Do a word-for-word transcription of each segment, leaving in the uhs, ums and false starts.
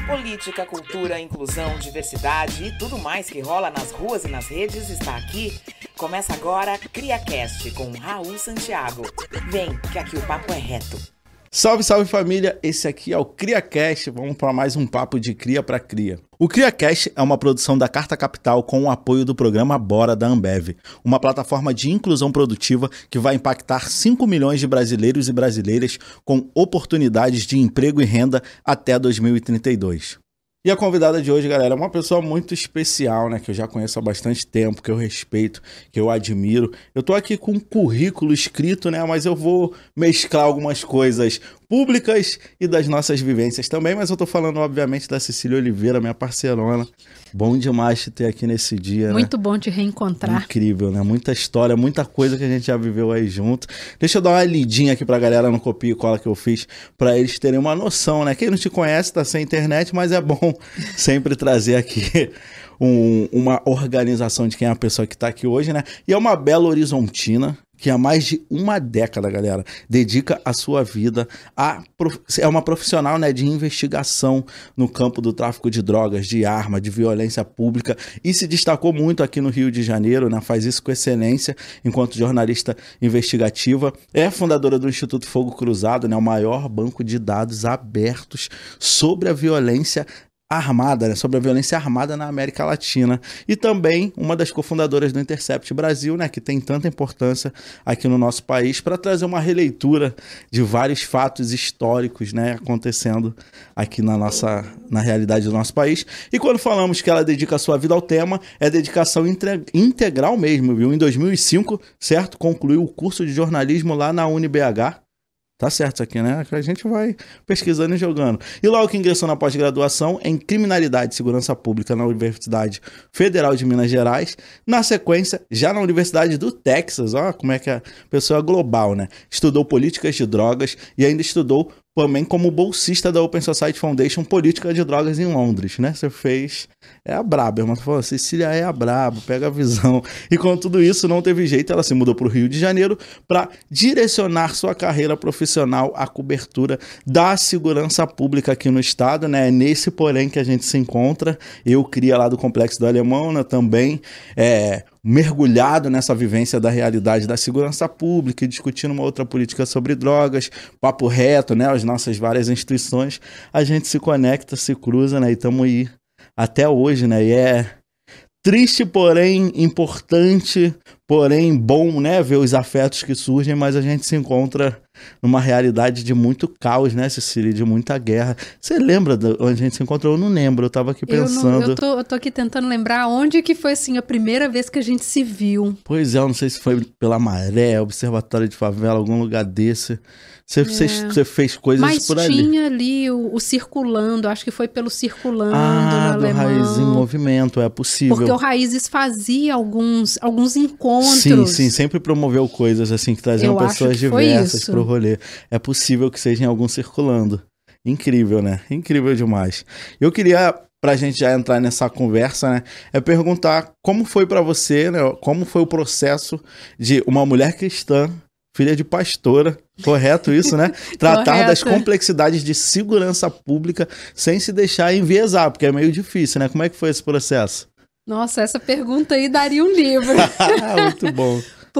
Política, cultura, inclusão, diversidade e tudo mais que rola nas ruas e nas redes está aqui. Começa agora CriaCast com Raul Santiago. Vem, que aqui o papo é reto. Salve, salve família, esse aqui é o CriaCast, vamos para mais um papo de cria para cria. O CriaCast é uma produção da Carta Capital com o apoio do programa Bora da Ambev, uma plataforma de inclusão produtiva que vai impactar cinco milhões de brasileiros e brasileiras com oportunidades de emprego e renda até dois mil e trinta e dois. E a convidada de hoje, galera, é uma pessoa muito especial, né? Que eu já conheço há bastante tempo, que eu respeito, que eu admiro. Eu tô aqui com um currículo escrito, né? Mas eu vou mesclar algumas coisas públicas e das nossas vivências também. Mas eu tô falando, obviamente, da Cecília Oliveira, minha parceirona. Bom demais te ter aqui nesse dia, Muito né? bom te reencontrar. Incrível, né? Muita história, muita coisa que a gente já viveu aí junto. Deixa eu dar uma lidinha aqui pra galera no copia e cola que eu fiz, pra eles terem uma noção, né? Quem não te conhece tá sem internet, mas é bom sempre trazer aqui um, uma organização de quem é a pessoa que tá aqui hoje, né? E é uma Belo Horizontina que há mais de uma década, galera, dedica a sua vida a... É uma profissional, né, de investigação no campo do tráfico de drogas, de arma, de violência pública e se destacou muito aqui no Rio de Janeiro, né? Faz isso com excelência enquanto jornalista investigativa. É fundadora do Instituto Fogo Cruzado, né? O maior banco de dados abertos sobre a violência armada, né, sobre a violência armada na América Latina, e também uma das cofundadoras do Intercept Brasil, né, que tem tanta importância aqui no nosso país, para trazer uma releitura de vários fatos históricos, né, acontecendo aqui na nossa, na realidade do nosso país. E quando falamos que ela dedica a sua vida ao tema, é dedicação integral mesmo, viu? Em dois mil e cinco, certo? Concluiu o curso de jornalismo lá na Uni B H. Tá certo isso aqui, né? Que a gente vai pesquisando e jogando. E logo que ingressou na pós-graduação em Criminalidade e Segurança Pública na Universidade Federal de Minas Gerais. Na sequência, já na Universidade do Texas, ó, como é que é a pessoa global, né? Estudou políticas de drogas e ainda estudou também como bolsista da Open Society Foundation Política de Drogas em Londres, né? Você fez... É a braba, irmão. Você falou, Cecília é a braba, pega a visão. E com tudo isso, não teve jeito, ela se mudou para o Rio de Janeiro para direcionar sua carreira profissional à cobertura da segurança pública aqui no estado, né? É nesse, porém, que a gente se encontra. Eu cria lá do Complexo do Alemão, né? Também é... mergulhado nessa vivência da realidade da segurança pública e discutindo uma outra política sobre drogas, papo reto, né, as nossas várias instituições, a gente se conecta, se cruza, né, e estamos aí até hoje, né, e é triste, porém importante, porém bom, né, ver os afetos que surgem, mas a gente se encontra numa realidade de muito caos, né, Cecília, de muita guerra. Você lembra de onde a gente se encontrou? Eu não lembro, eu tava aqui pensando. Eu, não, eu, tô, eu tô aqui tentando lembrar onde que foi, assim, a primeira vez que a gente se viu. Pois é, eu não sei se foi pela Maré, Observatório de Favela, algum lugar desse. Você, é. você, você fez coisas Mas por ali. Mas tinha ali o, o Circulando, acho que foi pelo Circulando ah, no do Alemão. Raiz em Movimento, é possível. Porque o Raízes fazia alguns, alguns encontros. Sim, sim, sempre promoveu coisas assim, que traziam eu pessoas que diversas pro rolê. É possível que seja em algum Circulando. Incrível, né? Incrível demais. Eu queria, pra gente já entrar nessa conversa, né, é perguntar como foi pra você, né, como foi o processo de uma mulher cristã, filha de pastora, correto isso, né? Tratar Correto. Das complexidades de segurança pública sem se deixar enviesar, porque é meio difícil, né? Como é que foi esse processo? Nossa, essa pergunta aí daria um livro. Muito bom.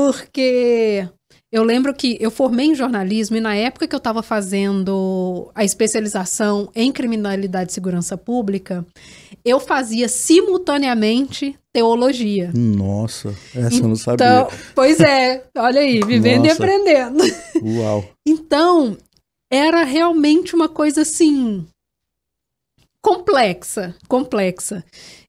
Porque eu lembro que eu formei em jornalismo e na época que eu estava fazendo a especialização em criminalidade e segurança pública, eu fazia simultaneamente teologia. Nossa, essa então, eu não sabia. Pois é, olha aí, vivendo Nossa. E aprendendo. Uau. Então, era realmente uma coisa assim, complexa, complexa.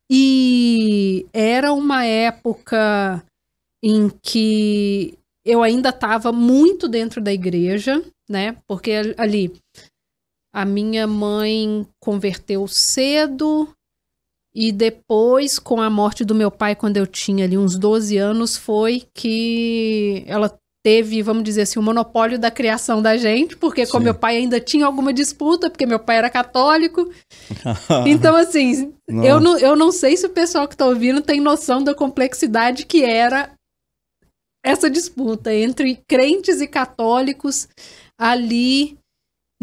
E era uma época em que eu ainda estava muito dentro da igreja, né? Porque ali a minha mãe converteu cedo e depois, com a morte do meu pai, quando eu tinha ali uns doze anos, foi que ela teve, vamos dizer assim, o monopólio da criação da gente, porque com Sim. meu pai ainda tinha alguma disputa, porque meu pai era católico. Então, assim, eu não, eu não sei se o pessoal que está ouvindo tem noção da complexidade que era essa disputa entre crentes e católicos ali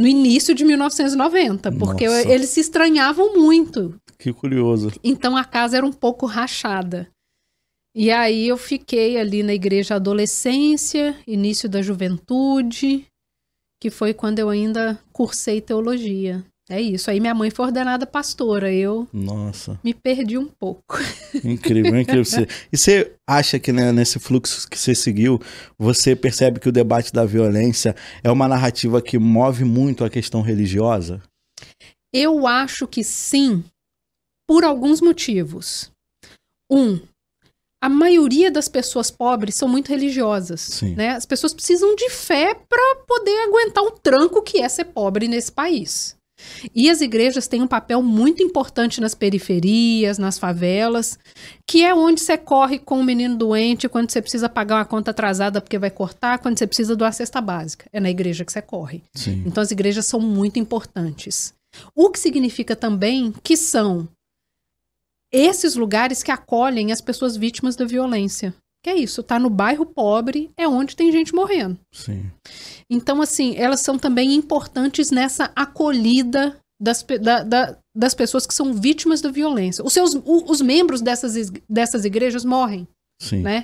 no início de mil novecentos e noventa, porque Nossa. eles se estranhavam muito. Que curioso. Então a casa era um pouco rachada. E aí eu fiquei ali na igreja adolescência, início da juventude, que foi quando eu ainda cursei teologia. É isso. Aí minha mãe foi ordenada pastora. Eu Nossa. me perdi um pouco. Incrível, incrível. E você acha que, né, nesse fluxo que você seguiu, você percebe que o debate da violência é uma narrativa que move muito a questão religiosa? Eu acho que sim, por alguns motivos. Um, a maioria das pessoas pobres são muito religiosas. Sim. Né? As pessoas precisam de fé para poder aguentar o tranco que é ser pobre nesse país. E as igrejas têm um papel muito importante nas periferias, nas favelas, que é onde você corre com um menino doente, quando você precisa pagar uma conta atrasada porque vai cortar, quando você precisa de uma cesta básica. É na igreja que você corre. Sim. Então as igrejas são muito importantes. O que significa também que são esses lugares que acolhem as pessoas vítimas da violência. Que é isso, tá no bairro pobre, é onde tem gente morrendo. Sim. Então, assim, elas são também importantes nessa acolhida das, da, da, das pessoas que são vítimas da violência. Os, seus, o, os membros dessas, dessas igrejas morrem, Sim. né?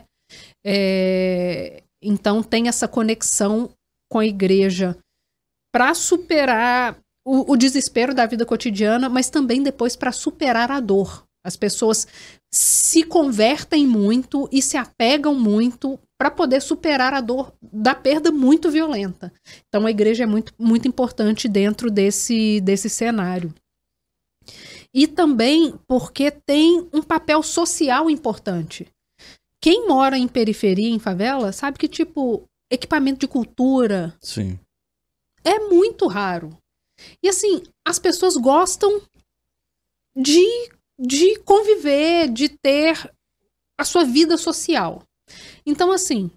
É, então, tem essa conexão com a igreja para superar o, o desespero da vida cotidiana, mas também depois para superar a dor. As pessoas se convertem muito e se apegam muito para poder superar a dor da perda muito violenta. Então a igreja é muito, muito importante dentro desse, desse cenário. E também porque tem um papel social importante. Quem mora em periferia, em favela, sabe que tipo equipamento de cultura Sim. é muito raro. E assim, as pessoas gostam de de conviver, de ter a sua vida social. Então, assim,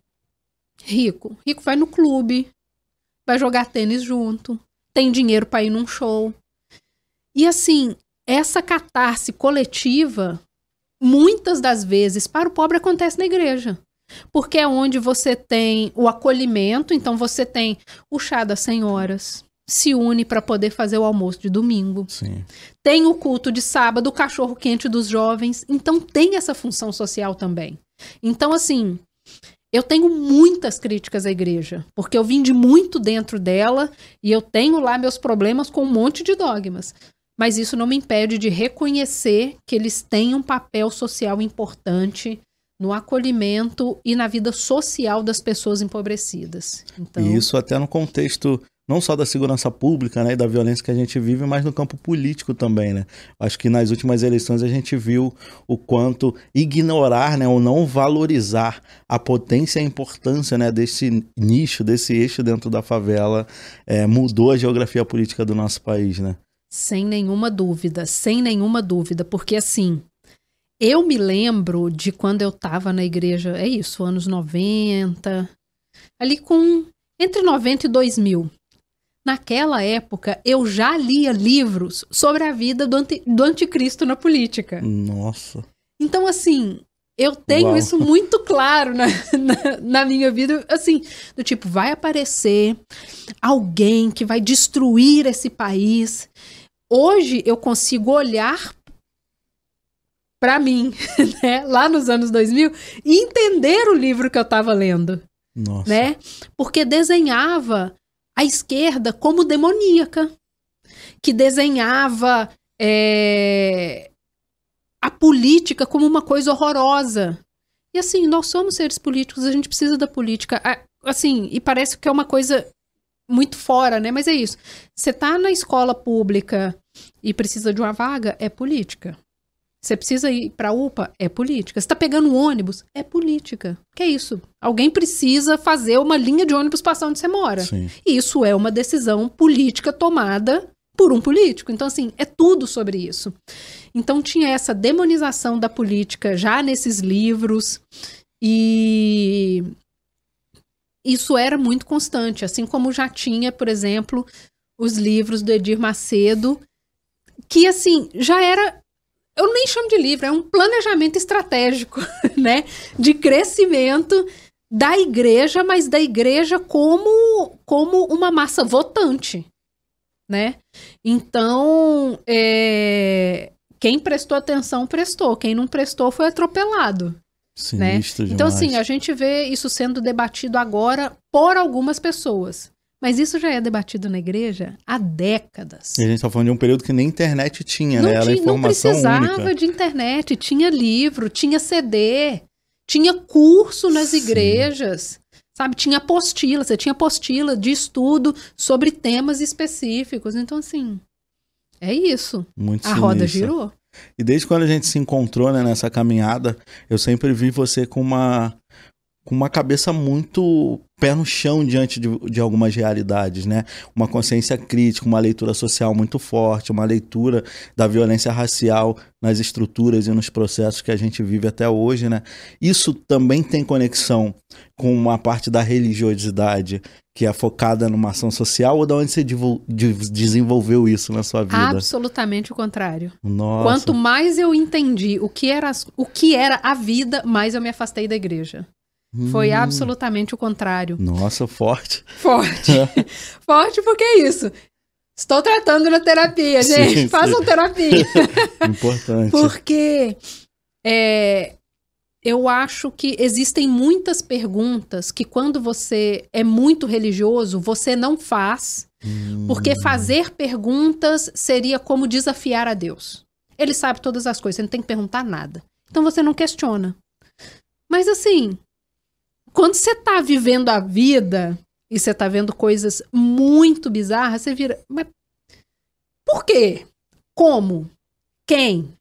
rico. Rico vai no clube, vai jogar tênis junto, tem dinheiro para ir num show. E, assim, essa catarse coletiva, muitas das vezes, para o pobre acontece na igreja. Porque é onde você tem o acolhimento, então você tem o chá das senhoras, se une para poder fazer o almoço de domingo. Sim. Tem o culto de sábado, o cachorro quente dos jovens. Então tem essa função social também. Então, assim, eu tenho muitas críticas à igreja, porque eu vim de muito dentro dela e eu tenho lá meus problemas com um monte de dogmas. Mas isso não me impede de reconhecer que eles têm um papel social importante no acolhimento e na vida social das pessoas empobrecidas. Então... E isso até no contexto não só da segurança pública, né, e da violência que a gente vive, mas no campo político também, né? Acho que nas últimas eleições a gente viu o quanto ignorar, né, ou não valorizar a potência e a importância, né, desse nicho, desse eixo dentro da favela, é, mudou a geografia política do nosso país, né? Sem nenhuma dúvida, sem nenhuma dúvida, porque assim, eu me lembro de quando eu estava na igreja, é isso, anos noventa, ali com entre noventa e dois mil. Naquela época, eu já lia livros sobre a vida do, anti, do anticristo na política. Nossa. Então, assim, eu tenho Uau. isso muito claro na, na, na minha vida. Assim, do tipo, vai aparecer alguém que vai destruir esse país. Hoje, eu consigo olhar para mim, né, lá nos anos dois mil, e entender o livro que eu estava lendo. Nossa. Né? Porque desenhava a esquerda como demoníaca, que desenhava é, a política como uma coisa horrorosa. E assim, nós somos seres políticos, a gente precisa da política. Assim, e parece que é uma coisa muito fora, né? Mas é isso. Você tá na escola pública e precisa de uma vaga, é política. Você precisa ir para a U P A, é política. Você está pegando um ônibus, é política. Que é isso? Alguém precisa fazer uma linha de ônibus passar onde você mora. Sim. E isso é uma decisão política tomada por um político. Então, assim, é tudo sobre isso. Então, tinha essa demonização da política já nesses livros. E isso era muito constante. Assim como já tinha, por exemplo, os livros do Edir Macedo, que, assim, já era... Eu nem chamo de livro, é um planejamento estratégico, né? De crescimento da igreja, mas da igreja como, como uma massa votante. né? Então, é... quem prestou atenção, prestou. Quem não prestou foi atropelado. Sinistro, né? Então, demais. assim, a gente vê isso sendo debatido agora por algumas pessoas. Mas isso já é debatido na igreja há décadas. E a gente tá falando de um período que nem internet tinha, não né? Era tinha, informação não precisava única. de internet, tinha livro, tinha C D, tinha curso nas Sim. igrejas, sabe? Tinha apostila, você tinha apostila de estudo sobre temas específicos. Então, assim, é isso. Muito a roda sinistro. girou. E desde quando a gente se encontrou, né, nessa caminhada, eu sempre vi você com uma, com uma cabeça muito pé no chão diante de, de algumas realidades, né? Uma consciência crítica, uma leitura social muito forte, uma leitura da violência racial nas estruturas e nos processos que a gente vive até hoje, né? Isso também tem conexão com uma parte da religiosidade que é focada numa ação social, ou de onde você divul- de- desenvolveu isso na sua vida? Absolutamente o contrário. Nossa. Quanto mais eu entendi o que era, o que era a vida, mais eu me afastei da igreja. Hum. Foi absolutamente o contrário. Nossa, forte. Forte. Forte porque é isso. Estou tratando na terapia, gente. Sim, Façam sim. terapia. Importante. Porque é, eu acho que existem muitas perguntas que quando você é muito religioso, você não faz, Hum. porque fazer perguntas seria como desafiar a Deus. Ele sabe todas as coisas, você não tem que perguntar nada. Então você não questiona. Mas assim, quando você tá vivendo a vida e você tá vendo coisas muito bizarras, você vira, mas por quê? Como? Quem?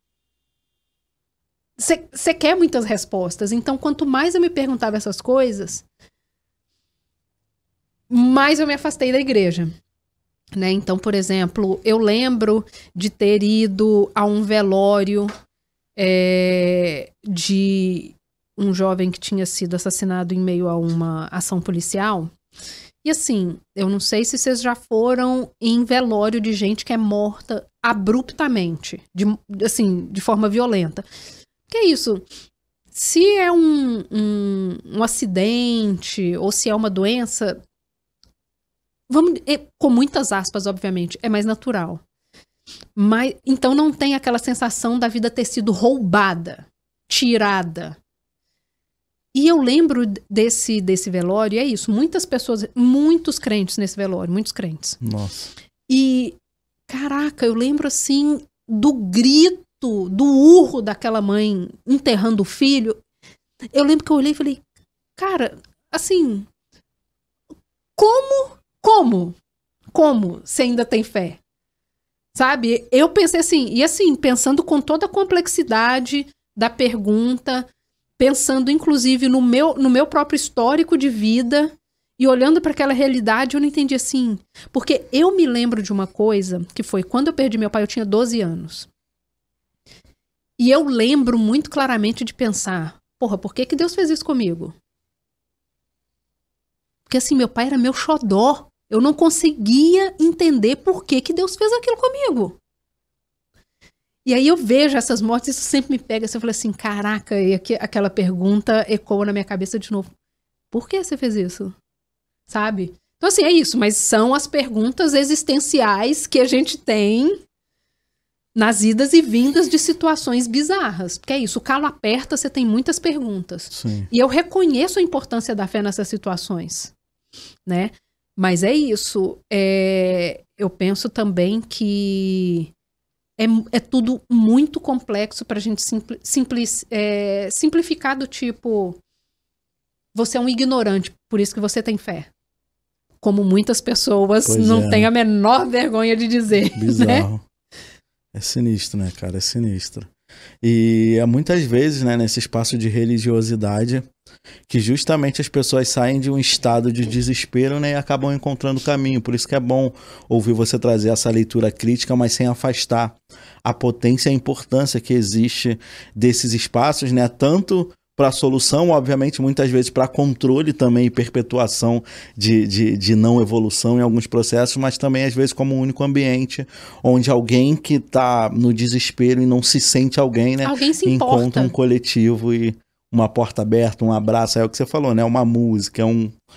Você quer muitas respostas. Então, quanto mais eu me perguntava essas coisas, mais eu me afastei da igreja. Né? Então, por exemplo, eu lembro de ter ido a um velório é, de um jovem que tinha sido assassinado em meio a uma ação policial. E assim, eu não sei se vocês já foram em velório de gente que é morta abruptamente, de, assim, de forma violenta. Que é isso? Se é um, um, um acidente ou se é uma doença, vamos, é, com muitas aspas, obviamente, é mais natural. Mas, então não tem aquela sensação da vida ter sido roubada, tirada. E eu lembro desse, desse velório, é isso, muitas pessoas, muitos crentes nesse velório, muitos crentes. Nossa. E, caraca, eu lembro assim do grito, do urro daquela mãe enterrando o filho. Eu lembro que eu olhei e falei, cara, assim, como, como, como você ainda tem fé? Sabe? Eu pensei assim, e assim, pensando com toda a complexidade da pergunta, pensando inclusive no meu, no meu próprio histórico de vida e olhando para aquela realidade, eu não entendi assim. Porque eu me lembro de uma coisa que foi quando eu perdi meu pai, eu tinha doze anos. E eu lembro muito claramente de pensar, porra, por que que Deus fez isso comigo? Porque assim, meu pai era meu xodó. Eu não conseguia entender por que que Deus fez aquilo comigo. E aí eu vejo essas mortes, isso sempre me pega. Assim, eu falo assim, caraca, e aqui, aquela pergunta ecoa na minha cabeça de novo. Por que você fez isso? Sabe? Então assim, é isso. Mas são as perguntas existenciais que a gente tem nas idas e vindas de situações bizarras. Porque é isso, o calo aperta, você tem muitas perguntas. Sim. E eu reconheço a importância da fé nessas situações, né? Mas é isso. É, eu penso também que é, é tudo muito complexo para a gente simpli, simpli, é, simplificar do tipo, você é um ignorante, por isso que você tem fé. Como muitas pessoas Pois não é. têm a menor vergonha de dizer. Bizarro. Né? É sinistro, né, cara? É sinistro. E é muitas vezes, né, nesse espaço de religiosidade, que justamente as pessoas saem de um estado de desespero, né, e acabam encontrando o caminho. Por isso que é bom ouvir você trazer essa leitura crítica, mas sem afastar a potência e a importância que existe desses espaços, né, tanto para a solução, obviamente, muitas vezes para controle também e perpetuação de, de, de não evolução em alguns processos, mas também às vezes como um único ambiente onde alguém que está no desespero e não se sente alguém, né, Alguém se encontra importa. um coletivo e uma porta aberta, um abraço, é o que você falou, né, uma música, é um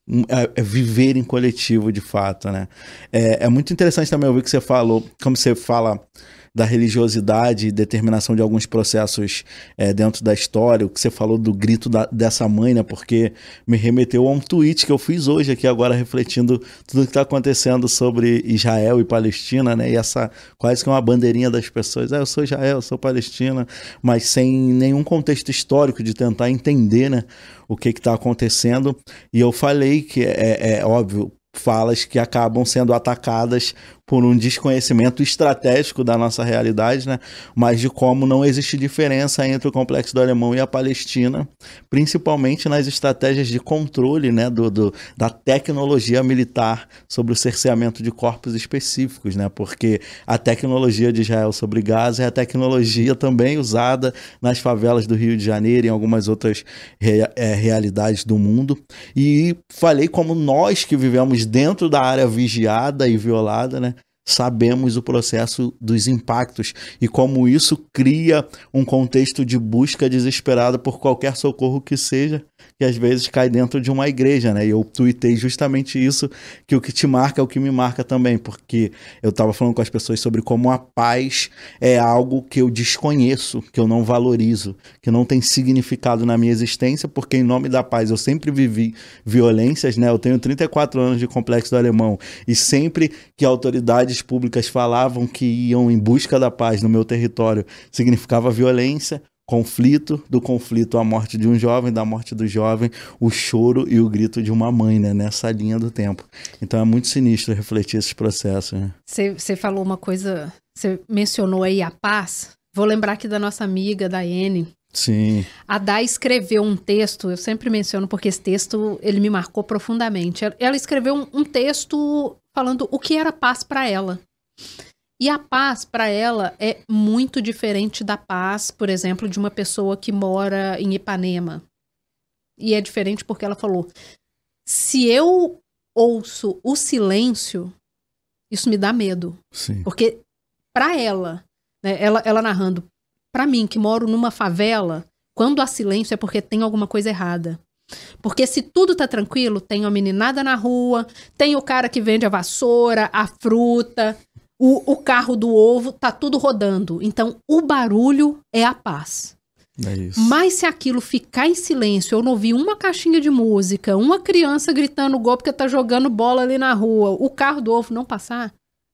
é, é viver em coletivo de fato, né? É, é muito interessante também ouvir que você falou, como você fala da religiosidade e determinação de alguns processos é, dentro da história, o que você falou do grito da, dessa mãe, né? Porque me remeteu a um tweet que eu fiz hoje aqui agora, refletindo tudo que está acontecendo sobre Israel e Palestina, né? E essa quase que uma bandeirinha das pessoas, ah, eu sou Israel, eu sou Palestina, mas sem nenhum contexto histórico de tentar entender, né, o que está acontecendo. E eu falei que é, é óbvio, falas que acabam sendo atacadas por um desconhecimento estratégico da nossa realidade, né? Mas de como não existe diferença entre o Complexo do Alemão e a Palestina, principalmente nas estratégias de controle, né, do, do, da tecnologia militar sobre o cerceamento de corpos específicos, né? Porque a tecnologia de Israel sobre Gaza é a tecnologia também usada nas favelas do Rio de Janeiro e em algumas outras re, é, realidades do mundo. E falei como nós que vivemos dentro da área vigiada e violada, né, sabemos o processo dos impactos e como isso cria um contexto de busca desesperada por qualquer socorro que seja, que às vezes cai dentro de uma igreja, né? E eu tuitei justamente isso, que o que te marca é o que me marca também, porque eu estava falando com as pessoas sobre como a paz é algo que eu desconheço, que eu não valorizo, que não tem significado na minha existência, porque em nome da paz eu sempre vivi violências, né? Eu tenho trinta e quatro anos de Complexo do Alemão e sempre que autoridades públicas falavam que iam em busca da paz no meu território, significava violência, conflito, do conflito a morte de um jovem, da morte do jovem, o choro e o grito de uma mãe, né? Nessa linha do tempo. Então é muito sinistro refletir esses processos, né? Você falou uma coisa, você mencionou aí a paz. Vou lembrar aqui da nossa amiga Daiane. Sim. A Dai escreveu um texto, eu sempre menciono porque esse texto ele me marcou profundamente. Ela escreveu um, um texto falando o que era paz para ela. E a paz para ela é muito diferente da paz, por exemplo, de uma pessoa que mora em Ipanema. E é diferente porque ela falou, se eu ouço o silêncio, isso me dá medo. Sim. Porque para ela, né, ela, ela narrando, para mim que moro numa favela, quando há silêncio é porque tem alguma coisa errada. Porque se tudo tá tranquilo, tem uma meninada na rua, tem o cara que vende a vassoura, a fruta, o, o carro do ovo, tá tudo rodando. Então, o barulho é a paz. É isso. Mas se aquilo ficar em silêncio, eu não ouvir uma caixinha de música, uma criança gritando gol porque tá jogando bola ali na rua, o carro do ovo não passar,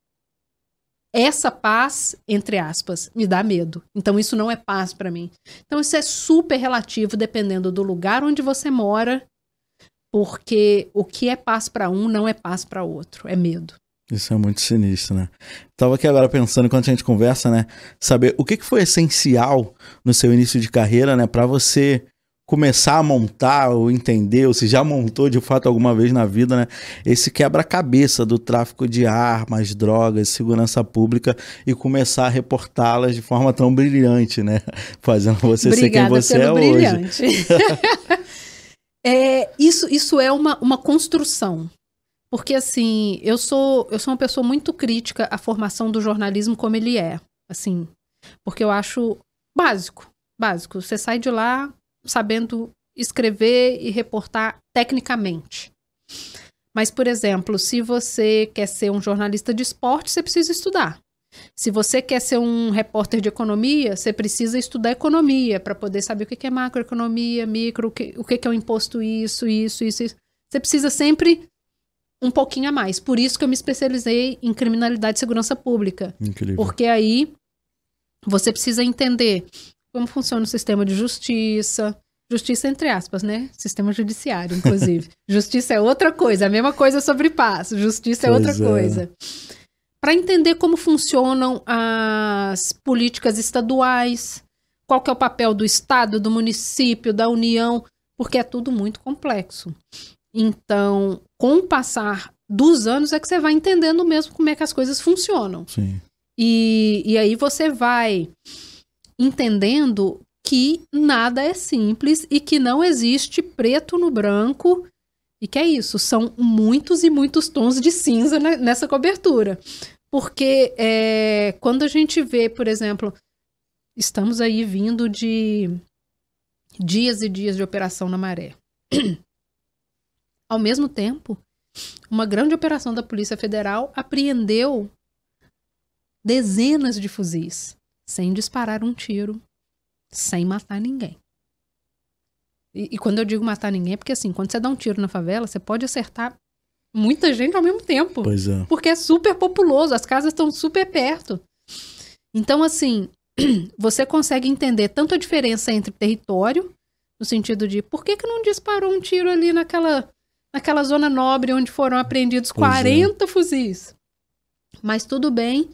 essa paz, entre aspas, me dá medo. Então isso não é paz para mim. Então isso é super relativo dependendo do lugar onde você mora, porque o que é paz para um não é paz para outro, é medo. Isso é muito sinistro, né? Tava aqui agora pensando, enquanto a gente conversa, né? Saber o que que foi essencial no seu início de carreira, né? Para você começar a montar ou entender, ou se já montou de fato alguma vez na vida, né? Esse quebra-cabeça do tráfico de armas, drogas, segurança pública e começar a reportá-las de forma tão brilhante, né? Fazendo você Obrigada ser quem você pelo é brilhante. hoje. é, isso, isso é uma, uma construção. Porque, assim, eu sou, eu sou uma pessoa muito crítica à formação do jornalismo como ele é. Assim, porque eu acho básico, básico. Você sai de lá sabendo escrever e reportar tecnicamente. Mas, por exemplo, se você quer ser um jornalista de esporte, você precisa estudar. Se você quer ser um repórter de economia, você precisa estudar economia para poder saber o que é macroeconomia, micro, o que, o que é o imposto isso, isso, isso, isso. Você precisa sempre um pouquinho a mais. Por isso que eu me especializei em criminalidade e segurança pública. Incrível. Porque aí você precisa entender como funciona o sistema de justiça. Justiça entre aspas, né? Sistema judiciário, inclusive. Justiça é outra coisa. A mesma coisa sobre paz. Justiça é Pois outra é. coisa. Para entender como funcionam as políticas estaduais, qual que é o papel do Estado, do município, da União, porque é tudo muito complexo. Então, com o passar dos anos é que você vai entendendo mesmo como é que as coisas funcionam. Sim. E, e aí você vai entendendo que nada é simples e que não existe preto no branco. E que é isso, são muitos e muitos tons de cinza nessa cobertura. Porque é, quando a gente vê, por exemplo, estamos aí vindo de dias e dias de Operação na Maré. Ao mesmo tempo, uma grande operação da Polícia Federal apreendeu dezenas de fuzis, sem disparar um tiro, sem matar ninguém. E, e quando eu digo matar ninguém, é porque assim, quando você dá um tiro na favela, você pode acertar muita gente ao mesmo tempo. Pois é. Porque é super populoso, as casas estão super perto. Então, assim, você consegue entender tanto a diferença entre território, no sentido de por que que não disparou um tiro ali naquela, naquela zona nobre onde foram apreendidos Pois quarenta é. fuzis. Mas tudo bem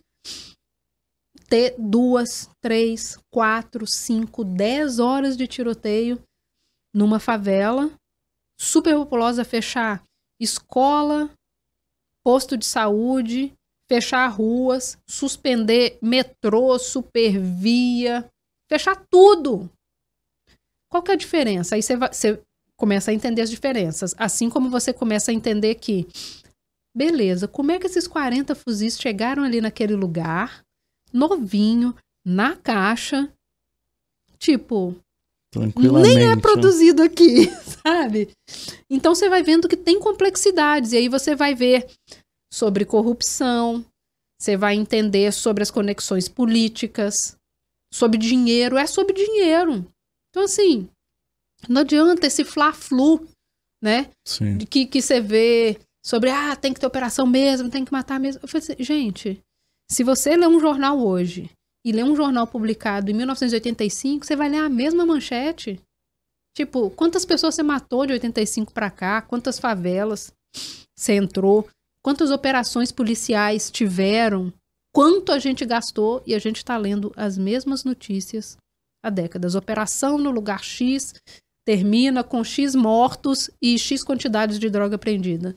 ter duas, três, quatro, cinco, dez horas de tiroteio numa favela super populosa, fechar escola, posto de saúde, fechar ruas, suspender metrô, supervia, fechar tudo. Qual que é a diferença? Aí você, vai, você começa a entender as diferenças. Assim como você começa a entender que, beleza, como é que esses quarenta fuzis chegaram ali naquele lugar, novinho, na caixa, tipo, nem é produzido aqui, sabe? Então você vai vendo que tem complexidades, e aí você vai ver sobre corrupção, você vai entender sobre as conexões políticas, sobre dinheiro, é sobre dinheiro. Então, assim, não adianta esse fla-flu, né? Sim. Que, que você vê sobre, ah, tem que ter operação mesmo, tem que matar mesmo. Eu falei assim, gente, se você ler um jornal hoje e ler um jornal publicado em mil novecentos e oitenta e cinco, você vai ler a mesma manchete. Tipo, quantas pessoas você matou de oitenta e cinco pra cá? Quantas favelas você entrou? Quantas operações policiais tiveram? Quanto a gente gastou? E a gente tá lendo as mesmas notícias há décadas. Operação no lugar X termina com X mortos e X quantidades de droga apreendida.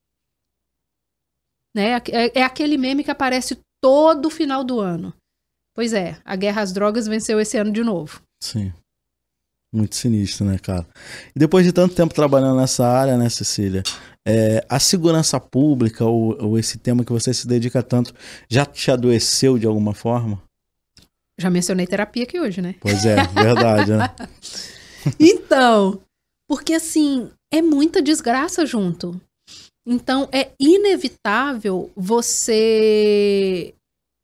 Né? É, é aquele meme que aparece todo final do ano. Pois é, a guerra às drogas venceu esse ano de novo. Sim. Muito sinistro, né, cara? E depois de tanto tempo trabalhando nessa área, né, Cecília? É, a segurança pública, ou, ou esse tema que você se dedica tanto, já te adoeceu de alguma forma? Já mencionei terapia aqui hoje, né? Pois é, verdade, né? Então, porque assim, é muita desgraça junto. Então, é inevitável você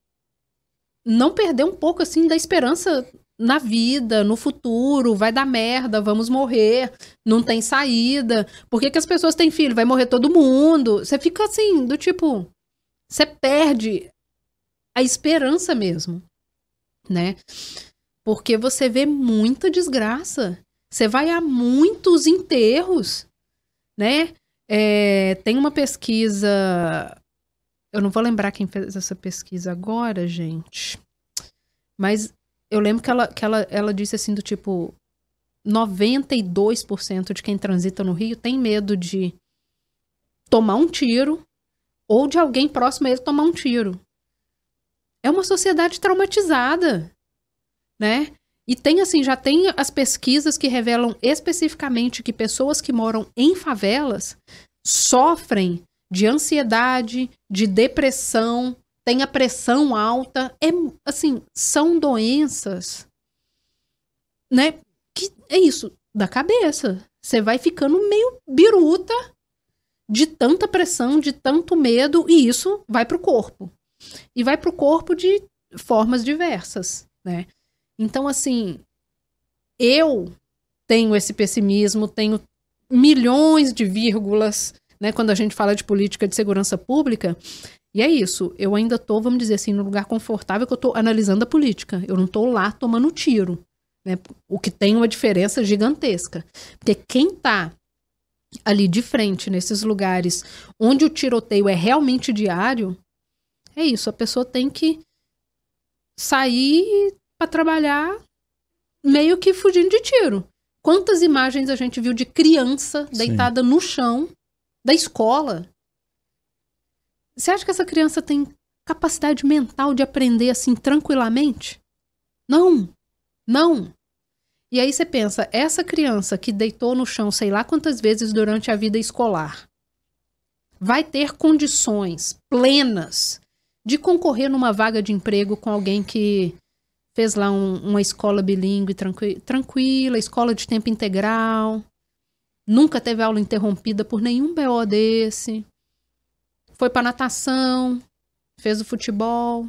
não perder um pouco, assim, da esperança na vida, no futuro, vai dar merda, vamos morrer, não tem saída. Por que que as pessoas têm filho? Vai morrer todo mundo. Você fica assim, do tipo, você perde a esperança mesmo, né? Porque você vê muita desgraça. Você vai a muitos enterros, né? É, tem uma pesquisa, eu não vou lembrar quem fez essa pesquisa agora, gente, mas eu lembro que ela, que ela, ela disse assim do tipo, noventa e dois por cento de quem transita no Rio tem medo de tomar um tiro ou de alguém próximo a ele tomar um tiro. É uma sociedade traumatizada, né? E tem assim, já tem as pesquisas que revelam especificamente que pessoas que moram em favelas sofrem de ansiedade, de depressão, tem a pressão alta. É, assim, são doenças, né? Que é isso, da cabeça. Você vai ficando meio biruta de tanta pressão, de tanto medo, e isso vai pro corpo. E vai pro corpo de formas diversas, né? Então, assim, eu tenho esse pessimismo, tenho milhões de vírgulas, né, quando a gente fala de política de segurança pública, e é isso, eu ainda tô, vamos dizer assim, no lugar confortável que eu tô analisando a política, eu não tô lá tomando tiro, né, o que tem uma diferença gigantesca, porque quem tá ali de frente, nesses lugares onde o tiroteio é realmente diário, é isso, a pessoa tem que sair para trabalhar meio que fugindo de tiro. Quantas imagens a gente viu de criança deitada Sim. no chão da escola? Você acha que essa criança tem capacidade mental de aprender assim tranquilamente? Não, não. E aí você pensa, essa criança que deitou no chão sei lá quantas vezes durante a vida escolar vai ter condições plenas de concorrer numa vaga de emprego com alguém que fez lá um, uma escola bilíngue tranqui- tranquila, escola de tempo integral, Nunca teve aula interrompida por nenhum B O desse. Foi pra natação, fez o futebol.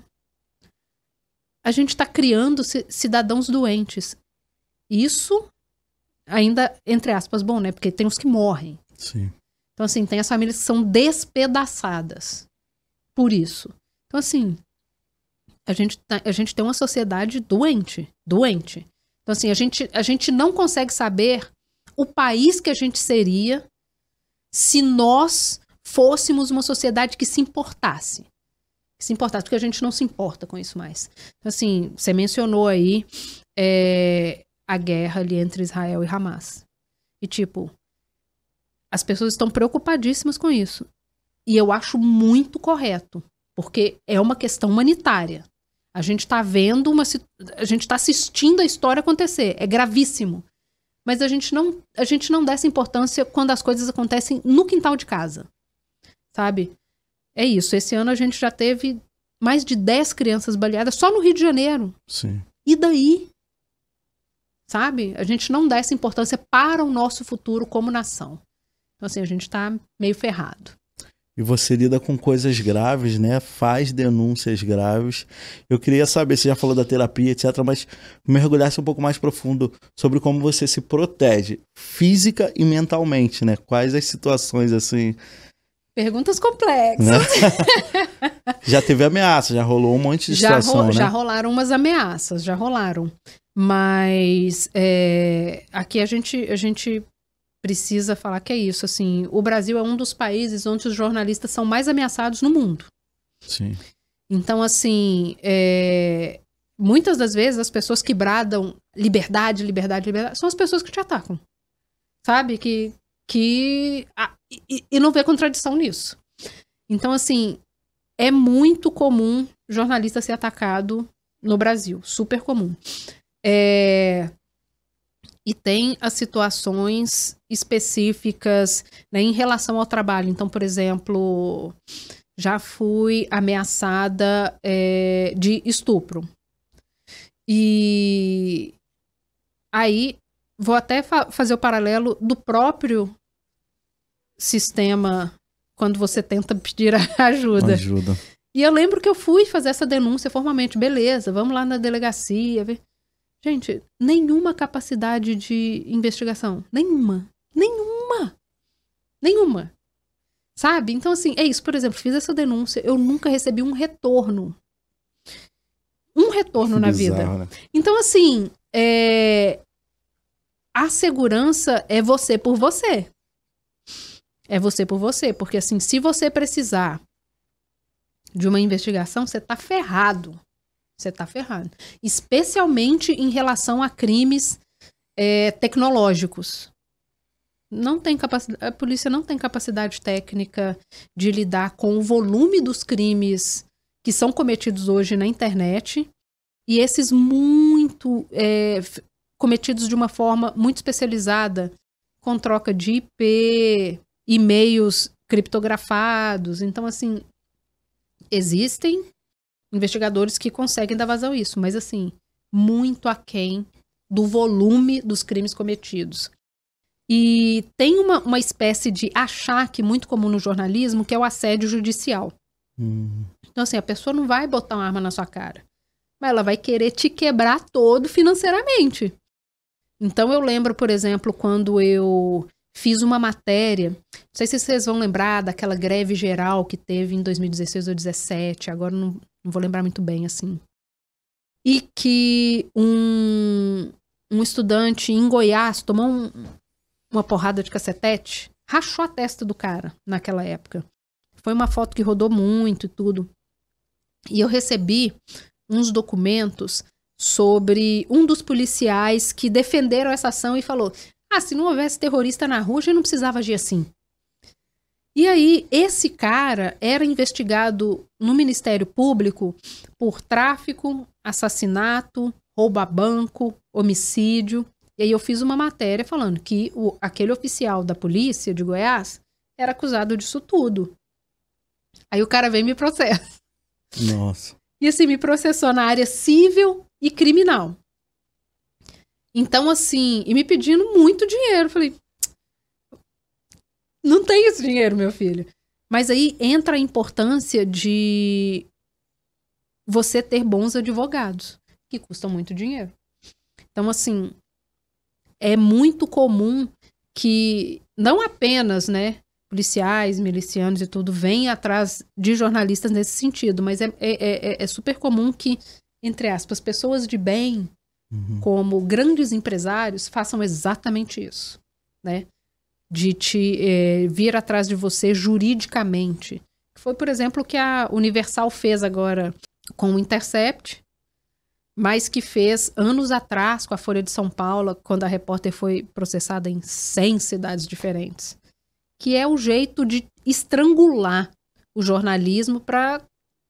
A gente tá criando cidadãos doentes. Isso ainda, entre aspas, bom, né? Porque tem os que morrem. Sim. Então, assim, tem as famílias que são despedaçadas por isso. Então, assim, a gente, tá, a gente tem uma sociedade doente. Doente. Então, assim, a gente, a gente não consegue saber o país que a gente seria se nós fôssemos uma sociedade que se importasse. Que se importasse, porque a gente não se importa com isso mais. Então, assim, você mencionou aí é, a guerra ali entre Israel e Hamas. E, tipo, as pessoas estão preocupadíssimas com isso. E eu acho muito correto, porque é uma questão humanitária. A gente está vendo uma... A gente está assistindo a história acontecer. É gravíssimo. Mas a gente não, a gente não dá essa importância quando as coisas acontecem no quintal de casa. Sabe? É isso. Esse ano a gente já teve mais de dez crianças baleadas só no Rio de Janeiro. Sim. E daí? Sabe? A gente não dá essa importância para o nosso futuro como nação. Então, assim, a gente tá meio ferrado. E você lida com coisas graves, né? Faz denúncias graves. Eu queria saber, você já falou da terapia, etcétera, mas mergulhasse um pouco mais profundo sobre como você se protege física e mentalmente, né? Quais as situações, assim... Perguntas complexas. Né? Já teve ameaça, já rolou um monte de já situação, ro- né? Já rolaram umas ameaças, já rolaram. Mas é, aqui a gente... A gente precisa falar que é isso, assim, o Brasil é um dos países onde os jornalistas são mais ameaçados no mundo. Sim. Então, assim, é, muitas das vezes as pessoas que bradam liberdade, liberdade, liberdade, são as pessoas que te atacam, sabe? Que, que ah, e, e não vê contradição nisso. Então, assim, é muito comum jornalista ser atacado no Brasil, super comum. É... E tem as situações específicas, né, em relação ao trabalho. Então, por exemplo, já fui ameaçada é, de estupro. E aí, vou até fa- fazer o paralelo do próprio sistema quando você tenta pedir ajuda. Ajuda. E eu lembro que eu fui fazer essa denúncia formalmente. Beleza, vamos lá na delegacia, ver. Gente, nenhuma capacidade de investigação. Nenhuma. Nenhuma. Nenhuma. Sabe? Então, assim, é isso. Por exemplo, fiz essa denúncia. Eu nunca recebi um retorno. Um retorno na vida. Bizarro, né? Então, assim, é... a segurança é você por você. É você por você. Porque, assim, se você precisar de uma investigação, você tá ferrado. Você tá ferrado. Especialmente em relação a crimes é, tecnológicos. Não tem capacidade, a polícia não tem capacidade técnica de lidar com o volume dos crimes que são cometidos hoje na internet. E esses muito é, cometidos de uma forma muito especializada, com troca de I P, e-mails criptografados. Então, assim, existem investigadores que conseguem dar vazão a isso, mas assim, muito aquém do volume dos crimes cometidos. E tem uma, uma espécie de achaque muito comum no jornalismo, que é o assédio judicial. Hum. Então assim, a pessoa não vai botar uma arma na sua cara, mas ela vai querer te quebrar todo financeiramente. Então eu lembro, por exemplo, quando eu fiz uma matéria, não sei se vocês vão lembrar daquela greve geral que teve em dois mil e dezesseis ou dois mil e dezessete, agora não Não vou lembrar muito bem, assim. E que um, um estudante em Goiás tomou um, uma porrada de cacetete, rachou a testa do cara naquela época. Foi uma foto que rodou muito e tudo. E eu recebi uns documentos sobre um dos policiais que defenderam essa ação e falou: ah, se não houvesse terrorista na rua, a gente não precisava agir assim. E aí, esse cara era investigado no Ministério Público por tráfico, assassinato, roubo a banco, homicídio. E aí eu fiz uma matéria falando que o, aquele oficial da polícia de Goiás era acusado disso tudo. Aí o cara veio e me processa. Nossa. E assim, me processou na área civil e criminal. Então, assim, e me pedindo muito dinheiro. Falei, Não tem esse dinheiro, meu filho. Mas aí entra a importância de você ter bons advogados, que custam muito dinheiro. Então, assim, é muito comum que não apenas, né, policiais, milicianos e tudo, venham atrás de jornalistas nesse sentido, mas é, é, é, é super comum que, entre aspas, pessoas de bem, uhum. como grandes empresários, façam exatamente isso, né? De te é, vir atrás de você juridicamente. Foi, por exemplo, o que a Universal fez agora com o Intercept, mas que fez anos atrás com a Folha de São Paulo, quando a repórter foi processada em cem cidades diferentes. Que é o jeito de estrangular o jornalismo para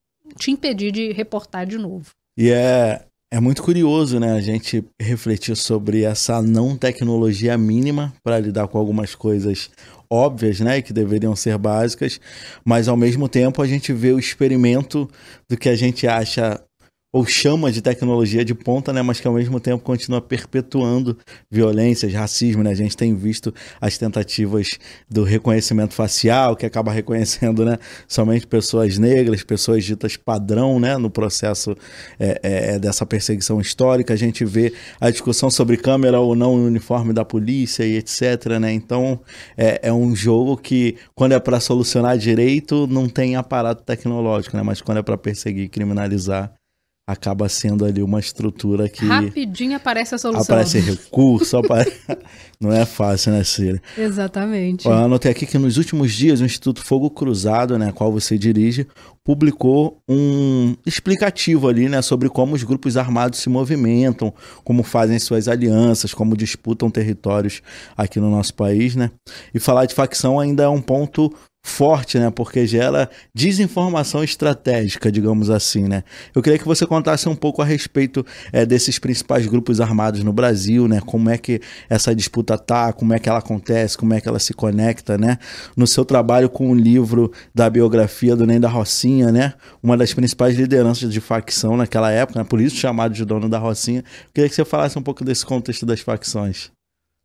te impedir de reportar de novo. E é, é muito curioso, né, a gente refletir sobre essa não tecnologia mínima para lidar com algumas coisas óbvias, né, que deveriam ser básicas, mas ao mesmo tempo a gente vê o experimento do que a gente acha ou chama de tecnologia de ponta, né, mas que ao mesmo tempo continua perpetuando violências, racismo, né? A gente tem visto as tentativas do reconhecimento facial, que acaba reconhecendo, né, somente pessoas negras, pessoas ditas padrão, né, no processo é, é, dessa perseguição histórica. A gente vê a discussão sobre câmera ou não no uniforme da polícia e etcétera, né? Então, é, é um jogo que, quando é para solucionar direito, não tem aparato tecnológico, né? Mas quando é para perseguir e criminalizar, acaba sendo ali uma estrutura que... Rapidinho aparece a solução. Aparece recurso, apare... não é fácil, né, Cira? Exatamente. Eu anotei aqui que nos últimos dias o Instituto Fogo Cruzado, né, qual você dirige, publicou um explicativo ali, né, sobre como os grupos armados se movimentam, como fazem suas alianças, como disputam territórios aqui no nosso país, né? E falar de facção ainda é um ponto forte, né? Porque gera desinformação estratégica, digamos assim, né? Eu queria que você contasse um pouco a respeito é, desses principais grupos armados no Brasil, né? Como é que essa disputa tá, como é que ela acontece, como é que ela se conecta, né? No seu trabalho com o livro da biografia do Ney da Rocinha, né? Uma das principais lideranças de facção naquela época, né? Por isso chamado de dono da Rocinha. Eu queria que você falasse um pouco desse contexto das facções.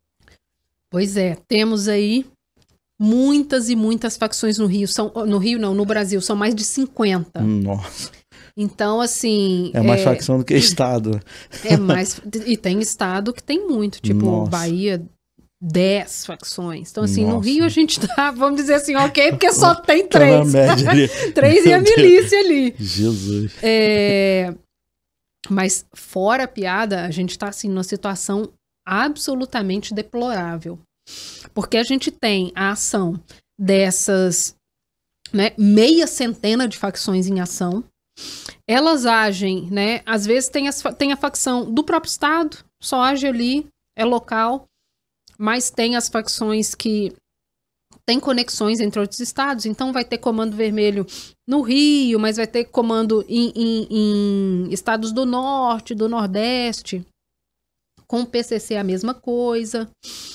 Pois é, temos aí muitas e muitas facções no Rio. São, no Rio não, no Brasil, são mais de cinquenta. Nossa. Então, assim... É mais é, facção do que estado. É mais... E tem estado que tem muito. Tipo, Nossa. Bahia, dez facções. Então, assim, Nossa. No Rio a gente tá, vamos dizer assim, ok, porque só tem três. Tá na média ali. Três e a milícia ali. Jesus. É, mas, fora a piada, a gente tá, assim, numa situação absolutamente deplorável. Porque a gente tem a ação dessas, né, meia centena de facções em ação. Elas agem, né? Às vezes tem, as, tem a facção do próprio estado, só age ali, é local. Mas tem as facções que têm conexões entre outros estados. Então vai ter comando vermelho no Rio, mas vai ter comando em, em, em estados do norte, do nordeste. Com o P C C a mesma coisa.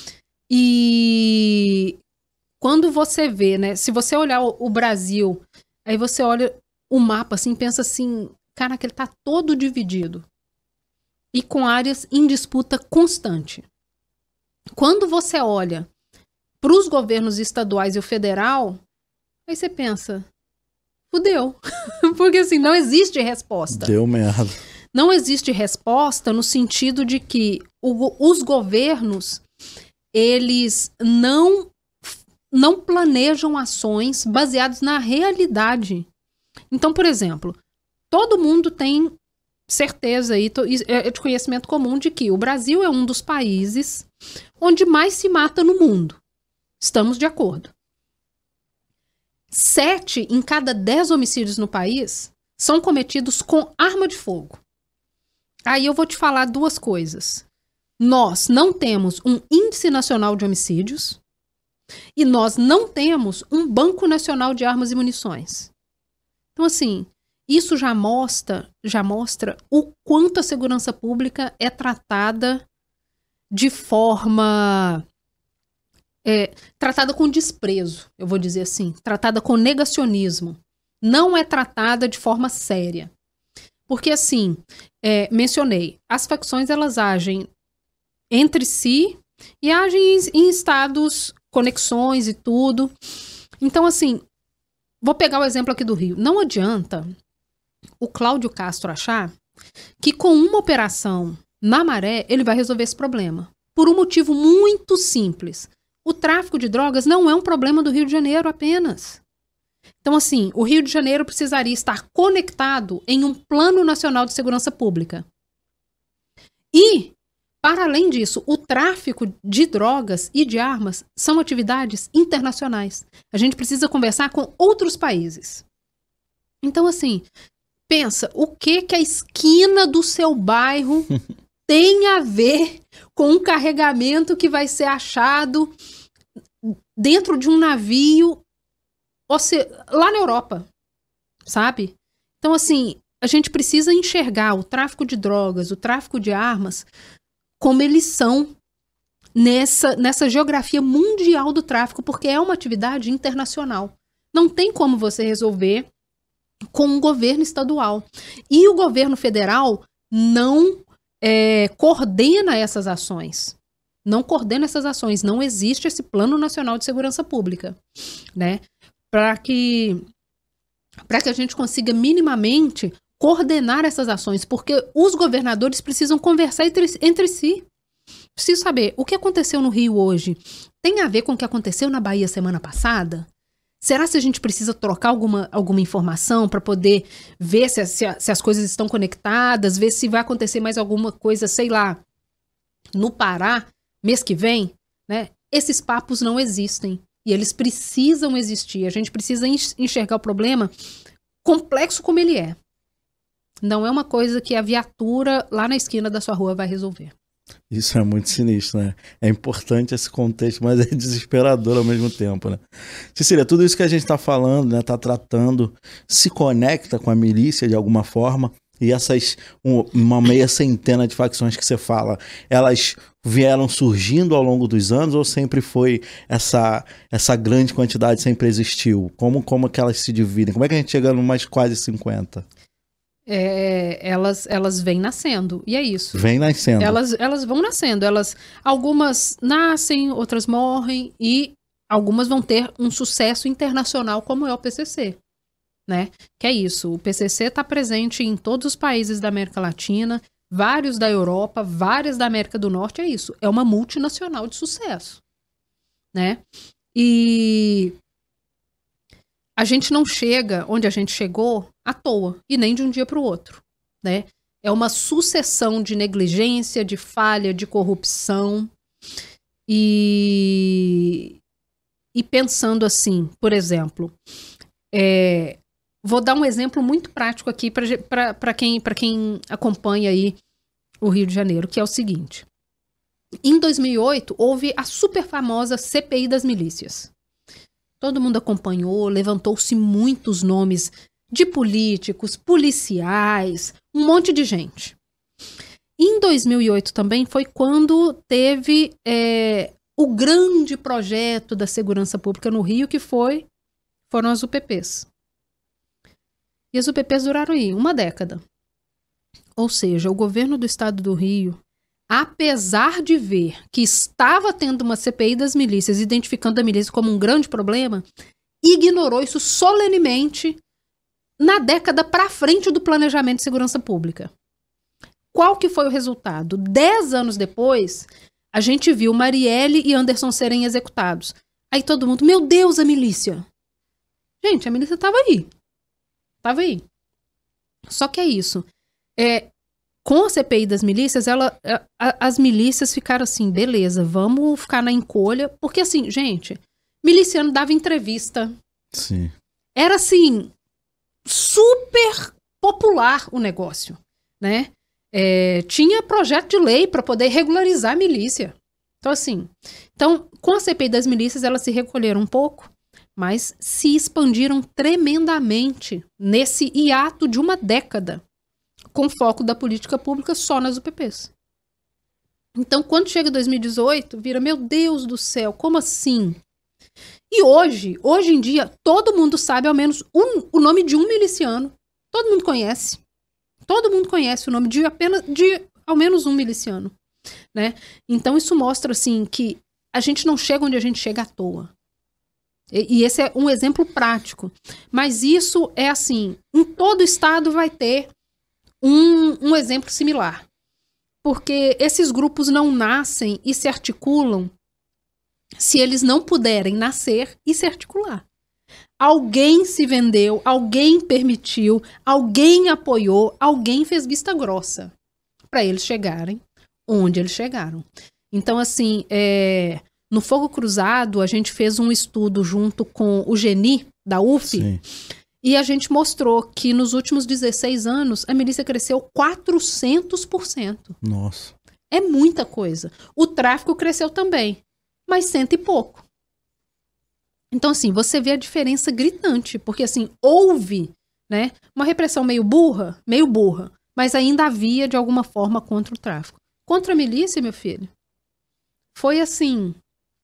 E quando você vê, né? Se você olhar o, o Brasil, aí você olha o mapa assim, pensa assim, caraca, ele tá todo dividido. E com áreas em disputa constante. Quando você olha para os governos estaduais e o federal, aí você pensa, fudeu. Porque assim, não existe resposta. Deu merda. Não existe resposta no sentido de que o, os governos... eles não, não planejam ações baseadas na realidade. Então, por exemplo, todo mundo tem certeza aí, é de conhecimento comum de que o Brasil é um dos países onde mais se mata no mundo. Estamos de acordo. Sete em cada dez homicídios no país são cometidos com arma de fogo. Aí eu vou te falar duas coisas. Nós não temos um índice nacional de homicídios e nós não temos um banco nacional de armas e munições. Então, assim, isso já mostra, já mostra o quanto a segurança pública é tratada de forma... É, tratada com desprezo, eu vou dizer assim. Tratada com negacionismo. Não é tratada de forma séria. Porque, assim, é, mencionei, as facções, elas agem entre si, E agem em, em estados, conexões e tudo. Então, assim, vou pegar o exemplo aqui do Rio. Não adianta o Cláudio Castro achar que com uma operação na Maré, ele vai resolver esse problema. Por um motivo muito simples. O tráfico de drogas não é um problema do Rio de Janeiro apenas. Então, assim, o Rio de Janeiro precisaria estar conectado em um Plano Nacional de Segurança Pública. E, para além disso, o tráfico de drogas e de armas são atividades internacionais. A gente precisa conversar com outros países. Então, assim, pensa, o que que a esquina do seu bairro tem a ver com um carregamento que vai ser achado dentro de um navio lá na Europa, sabe? Então, assim, a gente precisa enxergar o tráfico de drogas, o tráfico de armas, como eles são nessa, nessa geografia mundial do tráfico, porque é uma atividade internacional. Não tem como você resolver com um governo estadual. E o governo federal não é, coordena essas ações. Não coordena essas ações. Não existe esse Plano Nacional de Segurança Pública, né? Para que, para que a gente consiga minimamente coordenar essas ações, porque os governadores precisam conversar entre, entre si. Preciso saber, o que aconteceu no Rio hoje tem a ver com o que aconteceu na Bahia semana passada? Será que a gente precisa trocar alguma, alguma informação para poder ver se, se, se as coisas estão conectadas, ver se vai acontecer mais alguma coisa, sei lá, no Pará, mês que vem? Né? Esses papos não existem e eles precisam existir. A gente precisa enxergar o problema complexo como ele é. Não é uma coisa que a viatura lá na esquina da sua rua vai resolver. Isso é muito sinistro, né? É importante esse contexto, mas é desesperador ao mesmo tempo, né? Cecília, tudo isso que a gente está falando, né, tá tratando, se conecta com a milícia de alguma forma, e essas, um, uma meia centena de facções que você fala, elas vieram surgindo ao longo dos anos ou sempre foi essa, essa grande quantidade, sempre existiu? Como, como que elas se dividem? Como é que a gente chega numas quase cinquenta? É, elas, elas vêm nascendo, e é isso. Vem nascendo. Elas, elas vão nascendo, elas, algumas nascem, outras morrem, e algumas vão ter um sucesso internacional, como é o P C C, né? Que é isso, o P C C está presente em todos os países da América Latina, vários da Europa, várias da América do Norte, é isso, é uma multinacional de sucesso, né? E a gente não chega onde a gente chegou à toa, e nem de um dia para o outro, né? É uma sucessão de negligência, de falha, de corrupção. E, e pensando assim, por exemplo, é, vou dar um exemplo muito prático aqui para quem, para quem acompanha aí o Rio de Janeiro, que é o seguinte. Em dois mil e oito, houve a super famosa C P I das milícias. Todo mundo acompanhou, levantou-se muitos nomes de políticos, policiais, um monte de gente. Em dois mil e oito também foi quando teve é, o grande projeto da segurança pública no Rio, que foi, foram as U P Ps. E as U P Ps duraram aí uma década. Ou seja, o governo do estado do Rio, apesar de ver que estava tendo uma C P I das milícias, identificando a milícia como um grande problema, ignorou isso solenemente na década para frente do planejamento de segurança pública. Qual que foi o resultado? Dez anos depois, a gente viu Marielle e Anderson serem executados. Aí todo mundo, meu Deus, a milícia. Gente, a milícia estava aí. Estava aí. Só que é isso. É, com a C P I das milícias, ela, a, as milícias ficaram assim, beleza, vamos ficar na encolha. Porque assim, gente, miliciano dava entrevista. Sim. Era assim, super popular o negócio, né? É, tinha projeto de lei para poder regularizar a milícia. Então, assim, então, com a C P I das milícias, elas se recolheram um pouco, mas se expandiram tremendamente nesse hiato de uma década, com foco da política pública só nas U P Ps. Então, quando chega dois mil e dezoito, vira, meu Deus do céu, como assim? E hoje, hoje em dia, todo mundo sabe ao menos um, o nome de um miliciano. Todo mundo conhece. Todo mundo conhece o nome de apenas de ao menos um miliciano. né? Então isso mostra assim que a gente não chega onde a gente chega à toa. E, e esse é um exemplo prático. Mas isso é assim, em todo estado vai ter um, um exemplo similar. Porque esses grupos não nascem e se articulam se eles não puderem nascer e se articular. Alguém se vendeu, alguém permitiu, alguém apoiou, alguém fez vista grossa para eles chegarem onde eles chegaram. Então, assim, é, no Fogo Cruzado, a gente fez um estudo junto com o Geni, da U F, Sim. E a gente mostrou que nos últimos dezesseis anos, a milícia cresceu quatrocentos por cento. Nossa. É muita coisa. O tráfico cresceu também, mas cento e pouco. Então, assim, você vê a diferença gritante, porque, assim, houve, né, uma repressão meio burra, meio burra, mas ainda havia, de alguma forma, contra o tráfico. Contra a milícia, meu filho, foi assim,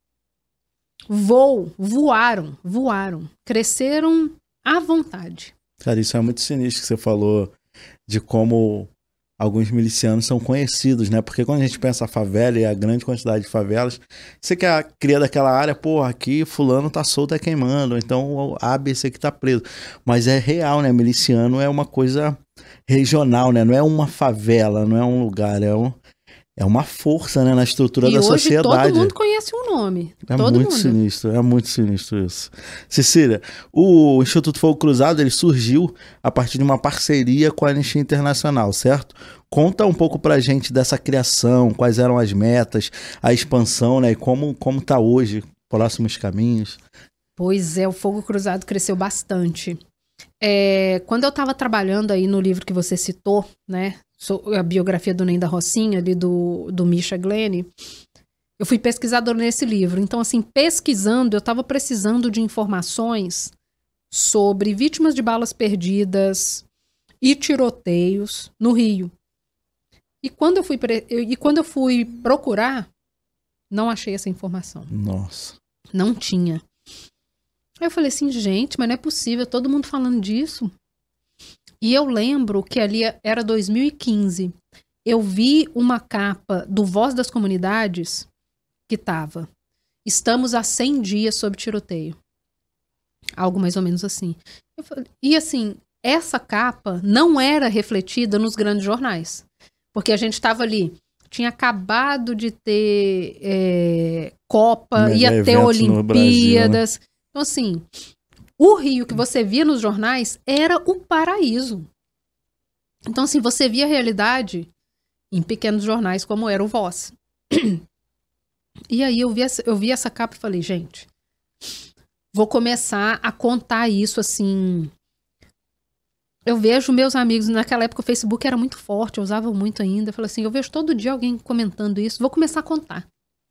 voo, voaram, voaram, cresceram à vontade. Cara, isso é muito sinistro que você falou de como alguns milicianos são conhecidos, né? Porque quando a gente pensa a favela e a grande quantidade de favelas, você quer criar daquela área, pô, aqui fulano tá solto, é queimando, então o A B C que tá preso. Mas é real, né? Miliciano é uma coisa regional, né? Não é uma favela, não é um lugar, é um... É uma força, né, na estrutura e da hoje sociedade. Todo mundo conhece o nome. É todo muito mundo. sinistro, é muito sinistro isso. Cecília, o Instituto Fogo Cruzado, ele surgiu a partir de uma parceria com a Anistia Internacional, certo? Conta um pouco pra gente dessa criação, quais eram as metas, a expansão, né, e como, como tá hoje, próximos caminhos. Pois é, o Fogo Cruzado cresceu bastante. É, quando eu estava trabalhando aí no livro que você citou, né, a biografia do Ney da Rocinha, ali do, do Misha Glenn, eu fui pesquisadora nesse livro. Então, assim, pesquisando, eu estava precisando de informações sobre vítimas de balas perdidas e tiroteios no Rio. E quando eu fui, pre... e quando eu fui procurar, não achei essa informação. Nossa. Não tinha. Aí eu falei assim, gente, mas não é possível, todo mundo falando disso. E eu lembro que ali era dois mil e quinze. Eu vi uma capa do Voz das Comunidades que tava: estamos há cem dias sob tiroteio. Algo mais ou menos assim. Eu falei, e assim, essa capa não era refletida nos grandes jornais. Porque a gente estava ali, tinha acabado de ter é, Copa, Mega ia ter Olimpíadas. Então, assim, o Rio que você via nos jornais era o paraíso. Então, assim, você via a realidade em pequenos jornais como era o Voz. E aí eu vi, essa, eu vi essa capa e falei, gente, vou começar a contar isso, assim. Eu vejo meus amigos, naquela época o Facebook era muito forte, eu usava muito ainda. Eu falei assim, eu vejo todo dia alguém comentando isso, vou começar a contar.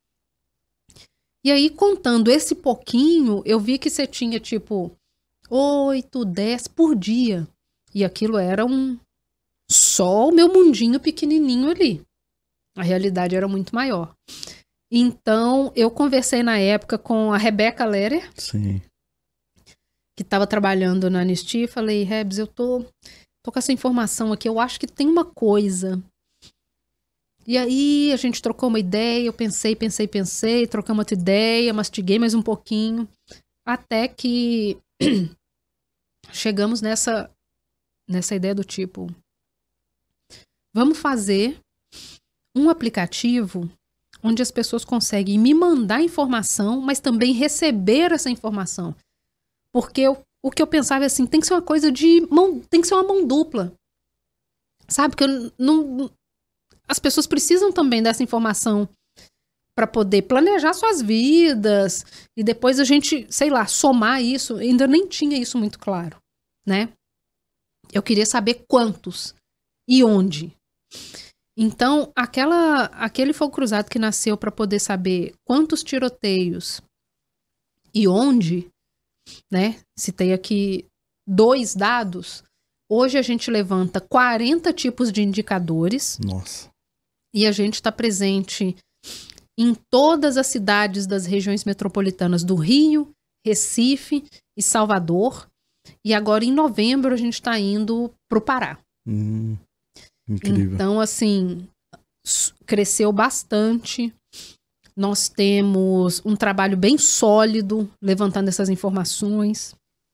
E aí, contando esse pouquinho, eu vi que você tinha, tipo, oito, dez por dia. E aquilo era um... só o meu mundinho pequenininho ali. A realidade era muito maior. Então, eu conversei na época com a Rebeca Lerer. Sim. Que estava trabalhando na Anistia. E falei, Rebs, eu tô, tô com essa informação aqui. Eu acho que tem uma coisa... E aí a gente trocou uma ideia, eu pensei, pensei, pensei, trocamos outra ideia, mastiguei mais um pouquinho, até que chegamos nessa, nessa ideia do tipo, vamos fazer um aplicativo onde as pessoas conseguem me mandar informação, mas também receber essa informação. Porque eu, o que eu pensava é assim, tem que ser uma coisa de mão, tem que ser uma mão dupla. Sabe? Porque eu não... As pessoas precisam também dessa informação para poder planejar suas vidas e depois a gente, sei lá, somar isso. Ainda nem tinha isso muito claro, né? Eu queria saber quantos e onde. Então, aquela, aquele Fogo Cruzado que nasceu para poder saber quantos tiroteios e onde, né? Citei aqui dois dados. Hoje a gente levanta quarenta tipos de indicadores. Nossa. E a gente está presente em todas as cidades das regiões metropolitanas do Rio, Recife e Salvador. E agora, em novembro, a gente está indo para o Pará. Hum, incrível. Então, assim, cresceu bastante. Nós temos um trabalho bem sólido levantando essas informações.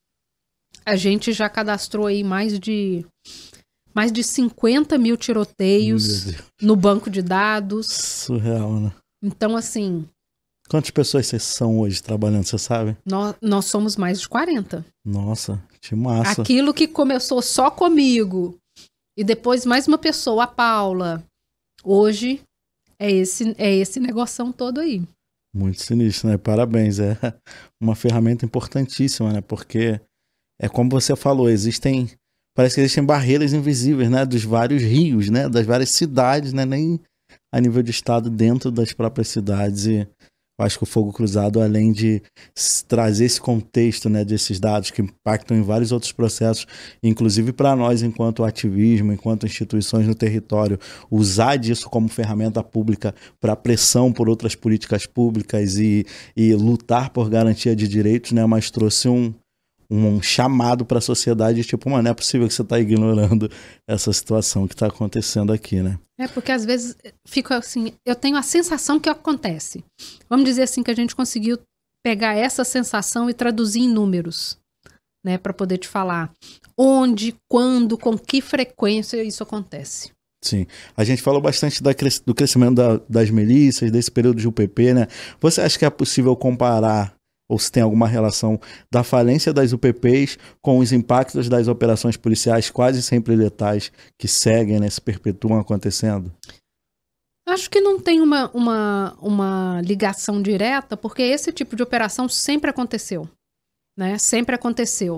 A gente já cadastrou aí mais de, mais de cinquenta mil tiroteios no banco de dados. Surreal, né? Então, assim... Quantas pessoas vocês são hoje trabalhando, você sabe? Nós, nós somos mais de quarenta. Nossa, que massa. Aquilo que começou só comigo e depois mais uma pessoa, a Paula. Hoje é esse, é esse negoção todo aí. Muito sinistro, né? Parabéns. É uma ferramenta importantíssima, né? Porque é como você falou, existem... Parece que existem barreiras invisíveis, né? Dos vários rios, né? Das várias cidades, né? Nem a nível de estado dentro das próprias cidades. E eu acho que o Fogo Cruzado, além de trazer esse contexto, né, desses dados que impactam em vários outros processos, inclusive para nós, enquanto ativismo, enquanto instituições no território, usar disso como ferramenta pública para pressão por outras políticas públicas e, e lutar por garantia de direitos, né, mas trouxe um, um chamado para a sociedade, tipo, mano, não é possível que você está ignorando essa situação que está acontecendo aqui, né? É, porque às vezes fica assim, eu tenho a sensação que acontece. Vamos dizer assim que a gente conseguiu pegar essa sensação e traduzir em números, né, para poder te falar onde, quando, com que frequência isso acontece. Sim, a gente falou bastante da, do crescimento da, das milícias, desse período de U P P, né? Você acha que é possível comparar, ou se tem alguma relação da falência das U P Ps com os impactos das operações policiais quase sempre letais que seguem, né, se perpetuam acontecendo? Acho que não tem uma, uma, uma ligação direta, porque esse tipo de operação sempre aconteceu, né? Sempre aconteceu.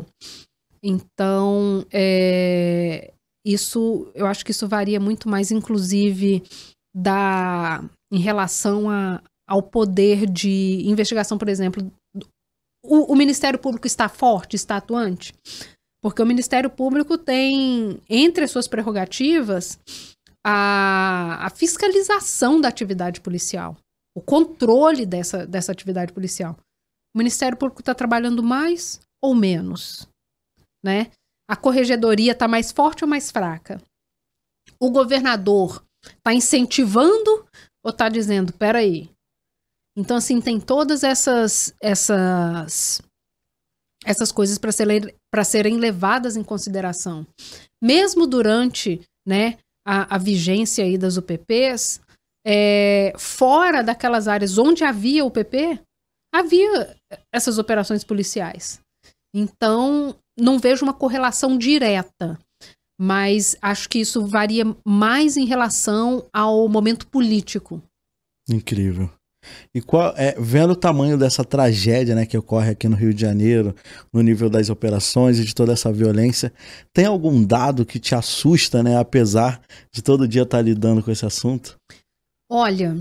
Então, é, isso, eu acho que isso varia muito mais, inclusive, da, em relação a, ao poder de investigação, por exemplo. O, o Ministério Público está forte, está atuante? Porque o Ministério Público tem, entre as suas prerrogativas, a, a fiscalização da atividade policial, o controle dessa, dessa atividade policial. O Ministério Público está trabalhando mais ou menos, né? A corregedoria está mais forte ou mais fraca? O governador está incentivando ou está dizendo, peraí? Então, assim, tem todas essas, essas, essas coisas para ser, para serem levadas em consideração. Mesmo durante, né, a, a vigência aí das U P Ps, é, fora daquelas áreas onde havia U P P, havia essas operações policiais. Então, não vejo uma correlação direta, mas acho que isso varia mais em relação ao momento político. Incrível. E qual, é, vendo o tamanho dessa tragédia, né, que ocorre aqui no Rio de Janeiro, no nível das operações e de toda essa violência, tem algum dado que te assusta, né, apesar de todo dia estar lidando com esse assunto? Olha,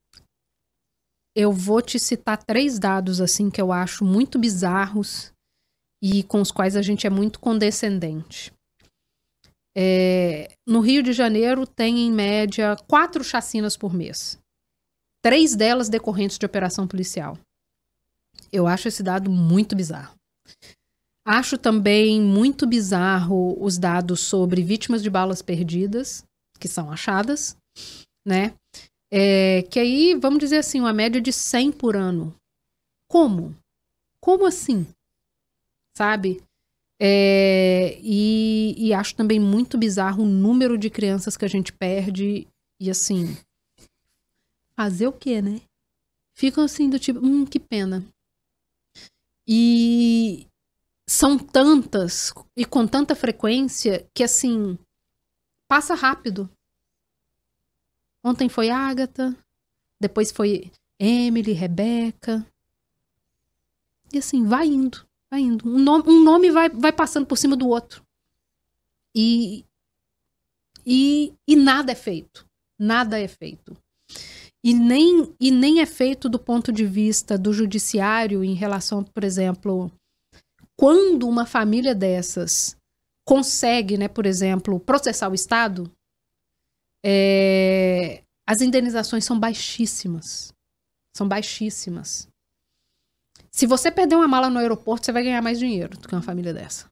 eu vou te citar três dados assim que eu acho muito bizarros e com os quais a gente é muito condescendente. É, no Rio de Janeiro tem, em média, quatro chacinas por mês. Três delas decorrentes de operação policial. Eu acho esse dado muito bizarro. Acho também muito bizarro os dados sobre vítimas de balas perdidas, que são achadas, né? É, que aí, vamos dizer assim, uma média de cem por ano. Como? Como assim? Sabe? É, e, e acho também muito bizarro o número de crianças que a gente perde e assim... Fazer o quê, né? Ficam assim do tipo, hum, que pena. E são tantas, e com tanta frequência, que assim, passa rápido. Ontem foi Ágata, depois foi Emily, Rebeca. E assim, vai indo, vai indo. Um nome, um nome vai, vai passando por cima do outro. E, e, e nada é feito. Nada é feito. E nem, e nem é feito do ponto de vista do judiciário em relação, por exemplo, quando uma família dessas consegue, né, por exemplo, processar o Estado, é, as indenizações são baixíssimas. São baixíssimas. Se você perder uma mala no aeroporto, você vai ganhar mais dinheiro do que uma família dessa.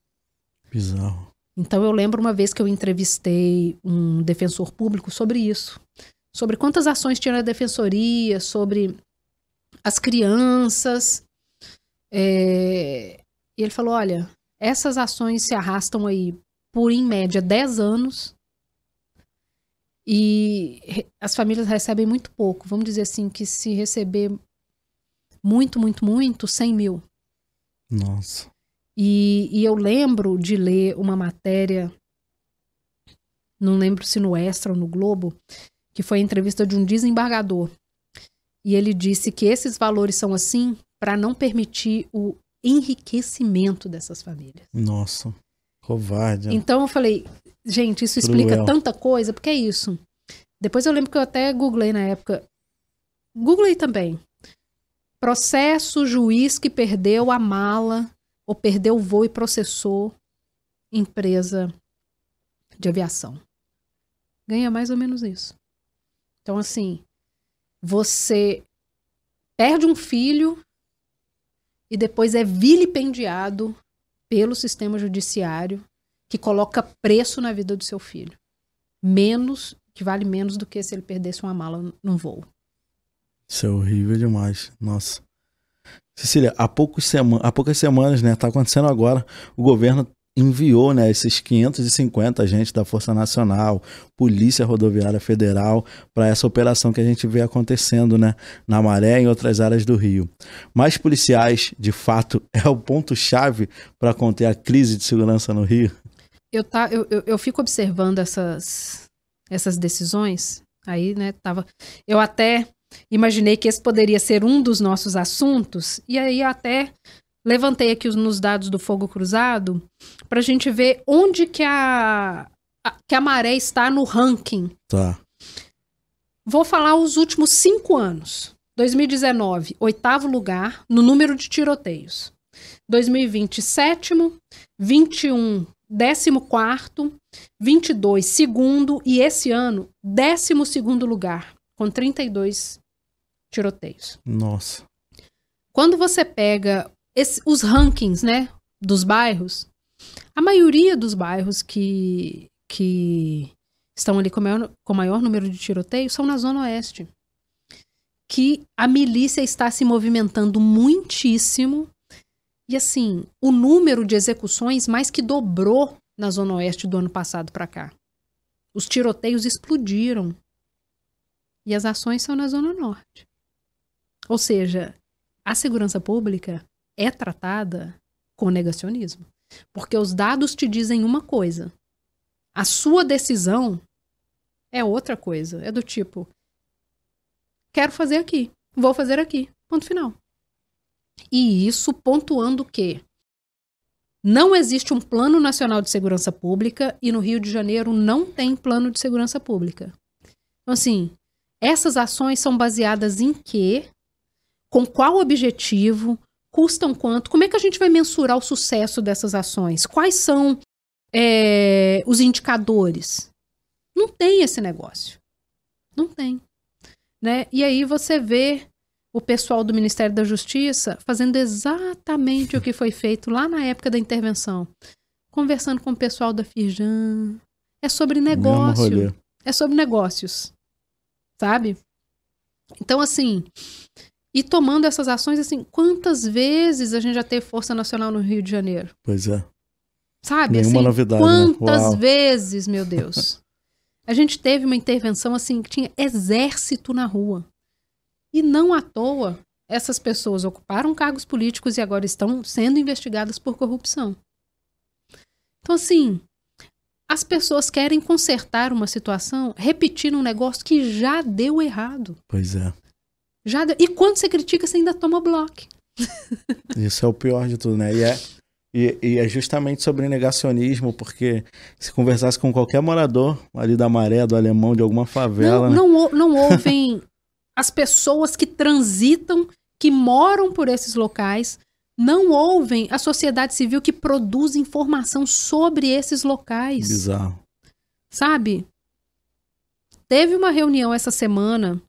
Bizarro. Então eu lembro uma vez que eu entrevistei um defensor público sobre isso. sobre quantas ações tinha na defensoria, sobre as crianças. É, e ele falou, olha, essas ações se arrastam aí por, em média, dez anos e as famílias recebem muito pouco. Vamos dizer assim, que se receber muito, muito, muito, cem mil. Nossa. E, e eu lembro de ler uma matéria, não lembro se no Extra ou no Globo, que foi a entrevista de um desembargador. E ele disse que esses valores são assim para não permitir o enriquecimento dessas famílias. Nossa, covarde. Então eu falei, gente, isso explica Cruel. tanta coisa, porque é isso. Depois eu lembro que eu até googlei na época. Googlei também. Processo juiz que perdeu a mala ou perdeu o voo e processou empresa de aviação. Ganha mais ou menos isso. Então, assim, você perde um filho e depois é vilipendiado pelo sistema judiciário que coloca preço na vida do seu filho. Menos, que vale menos do que se ele perdesse uma mala num voo. Isso é horrível demais. Nossa. Cecília, há, poucos sema- há poucas semanas, né, tá acontecendo agora, o governo enviou, né, esses quinhentos e cinquenta agentes da Força Nacional, Polícia Rodoviária Federal, para essa operação que a gente vê acontecendo, né, na Maré e em outras áreas do Rio. Mais policiais, de fato, é o ponto-chave para conter a crise de segurança no Rio? Eu, tá, eu, eu, eu fico observando essas, essas decisões, aí, né, tava... Eu até imaginei que esse poderia ser um dos nossos assuntos, e aí até levantei aqui os, nos dados do Fogo Cruzado para a gente ver onde que a, a, que a Maré está no ranking. Tá. Vou falar os últimos cinco anos. dois mil e dezenove, oitavo lugar no número de tiroteios. dois mil e vinte, sétimo. vinte e um, décimo quarto. vinte e dois, segundo. E esse ano, décimo segundo lugar, com trinta e dois tiroteios. Nossa. Quando você pega esse, os rankings, né, dos bairros, a maioria dos bairros que, que estão ali com maior, com maior número de tiroteios são na Zona Oeste. Que a milícia está se movimentando muitíssimo. E assim, o número de execuções mais que dobrou na Zona Oeste do ano passado para cá. Os tiroteios explodiram. E as ações são na Zona Norte. Ou seja, a segurança pública é tratada com negacionismo. Porque os dados te dizem uma coisa. A sua decisão é outra coisa. É do tipo, quero fazer aqui, vou fazer aqui, ponto final. E isso pontuando que não existe um plano nacional de segurança pública e no Rio de Janeiro não tem plano de segurança pública. Então, assim, essas ações são baseadas em quê? Com qual objetivo? Custam quanto? Como é que a gente vai mensurar o sucesso dessas ações? Quais são é, os indicadores? Não tem esse negócio. Não tem. Né? E aí você vê o pessoal do Ministério da Justiça fazendo exatamente o que foi feito lá na época da intervenção. Conversando com o pessoal da Firjan. É sobre negócio. É sobre negócios. Sabe? Então, assim... E tomando essas ações, assim, quantas vezes a gente já teve Força Nacional no Rio de Janeiro? Pois é. Sabe? Nenhuma assim, novidade, quantas né? Uau. vezes, meu Deus? A gente teve uma intervenção, assim, que tinha exército na rua. E não à toa, essas pessoas ocuparam cargos políticos e agora estão sendo investigadas por corrupção. Então, assim, as pessoas querem consertar uma situação repetindo um negócio que já deu errado. Pois é. Já deu. E quando você critica, você ainda toma bloco. Isso é o pior de tudo, né? E é, e, e é justamente sobre negacionismo, porque se conversasse com qualquer morador ali da Maré, do Alemão, de alguma favela... Não, né? não, não ouvem as pessoas que transitam, que moram por esses locais, não ouvem a sociedade civil que produz informação sobre esses locais. Bizarro. Sabe? Teve uma reunião essa semana...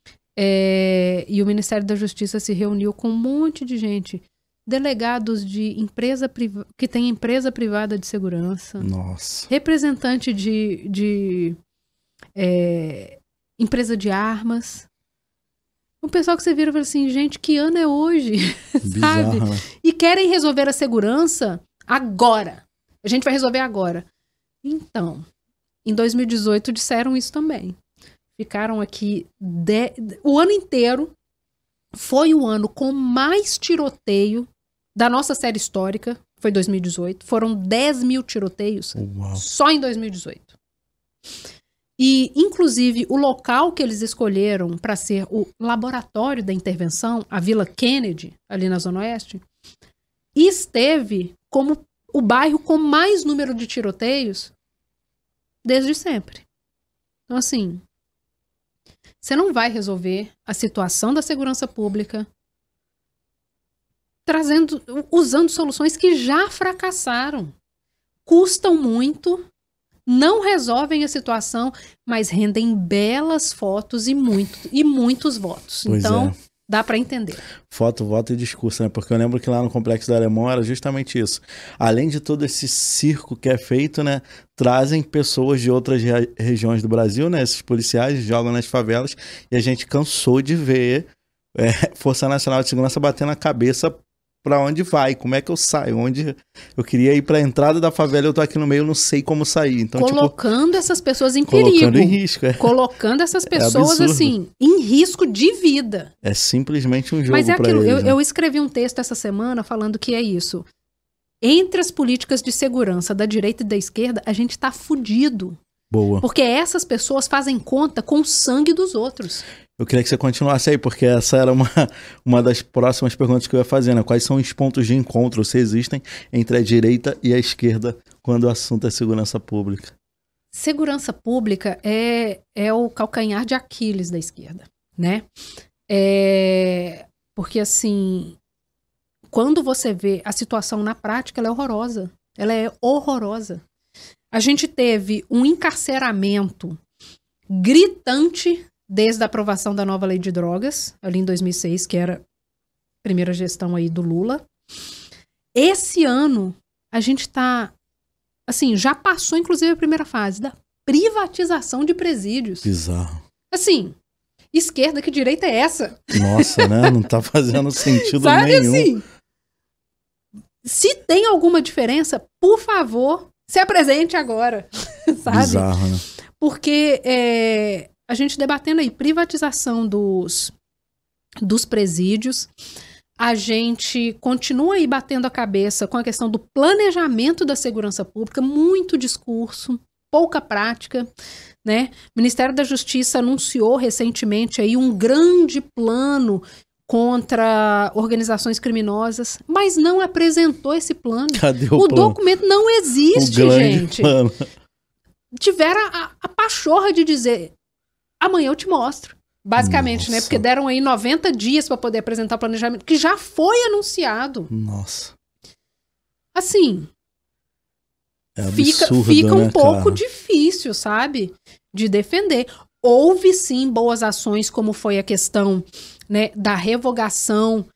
É, e o Ministério da Justiça se reuniu com um monte de gente, delegados de empresa priva- que tem empresa privada de segurança, Nossa. representante de, de, é, empresa de armas. O pessoal que você vira e fala assim, gente, que ano é hoje? Sabe? Bizarro, né? E querem resolver a segurança agora. A gente vai resolver agora. Então, em dois mil e dezoito disseram isso também. Ficaram aqui de... o ano inteiro. Foi o ano com mais tiroteio da nossa série histórica. Foi dois mil e dezoito. Foram dez mil tiroteios. Uau. Só em dois mil e dezoito. E, inclusive, o local que eles escolheram para ser o laboratório da intervenção, a Vila Kennedy, ali na Zona Oeste, esteve como o bairro com mais número de tiroteios desde sempre. Então, assim, você não vai resolver a situação da segurança pública trazendo, usando soluções que já fracassaram. Custam muito, não resolvem a situação, mas rendem belas fotos e, muito, e muitos votos. Pois então, é. dá para entender. Foto, voto e discurso, né? Porque eu lembro que lá no Complexo do Alemão era justamente isso. Além de todo esse circo que é feito, né? Trazem pessoas de outras re- regiões do Brasil, né? Esses policiais jogam nas favelas e a gente cansou de ver é, Força Nacional de Segurança batendo a cabeça pra onde vai, como é que eu saio, onde eu queria ir pra entrada da favela, eu tô aqui no meio, eu não sei como sair. Então, colocando tipo, essas pessoas em colocando perigo. Colocando em risco, é. Colocando essas pessoas, é assim, em risco de vida. É simplesmente um jogo. Mas é pra aquilo, eles, eu, né? eu escrevi um texto essa semana falando que é isso. Entre as políticas de segurança da direita e da esquerda, a gente tá fudido. Boa. Porque essas pessoas fazem conta com o sangue dos outros. Eu queria que você continuasse aí, porque essa era uma, uma das próximas perguntas que eu ia fazer, né? Quais são os pontos de encontro, se existem, entre a direita e a esquerda quando o assunto é segurança pública? Segurança pública é, é o calcanhar de Aquiles da esquerda, né? É, porque, assim, quando você vê a situação na prática, ela é horrorosa. Ela é horrorosa. A gente teve um encarceramento gritante desde a aprovação da nova lei de drogas, ali em dois mil e seis, que era a primeira gestão aí do Lula. Esse ano, a gente tá, assim, já passou, inclusive, a primeira fase da privatização de presídios. Bizarro. Assim, esquerda, que direita é essa? Nossa, né? Não tá fazendo sentido Sabe, nenhum. assim, se tem alguma diferença, por favor, se apresente agora, sabe? Bizarro, né? Porque é, a gente debatendo aí privatização dos, dos presídios, a gente continua aí batendo a cabeça com a questão do planejamento da segurança pública, muito discurso, pouca prática, né? O Ministério da Justiça anunciou recentemente aí um grande plano contra organizações criminosas, mas não apresentou esse plano. Cadê o, o plano? documento não existe, o grande gente. Plano. Tiveram a, a pachorra de dizer, amanhã eu te mostro. Basicamente, Nossa. né? Porque deram aí noventa dias para poder apresentar o planejamento, que já foi anunciado. Nossa. Assim, É fica, absurdo, fica um né, pouco cara? difícil, sabe? De defender. Houve, sim, boas ações, como foi a questão, né, da revogação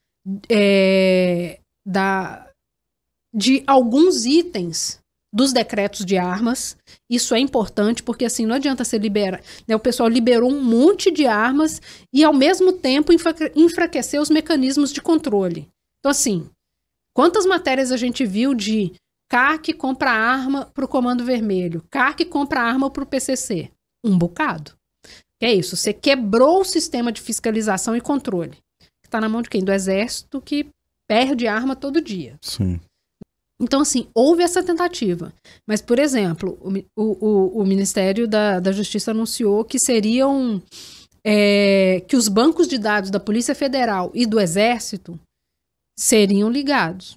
é, da, de alguns itens dos decretos de armas. Isso é importante, porque assim, não adianta você liberar, né, o pessoal liberou um monte de armas e, ao mesmo tempo, enfra- enfraquecer os mecanismos de controle. Então, assim, quantas matérias a gente viu de C A R C compra arma para o Comando Vermelho, C A R C compra arma para o P C C? Um bocado. É isso, você quebrou o sistema de fiscalização e controle. Está na mão de quem? Do Exército, que perde arma todo dia. Sim. Então, assim, houve essa tentativa. Mas, por exemplo, o, o, o Ministério da, da Justiça anunciou que seriam... É, que os bancos de dados da Polícia Federal e do Exército seriam ligados.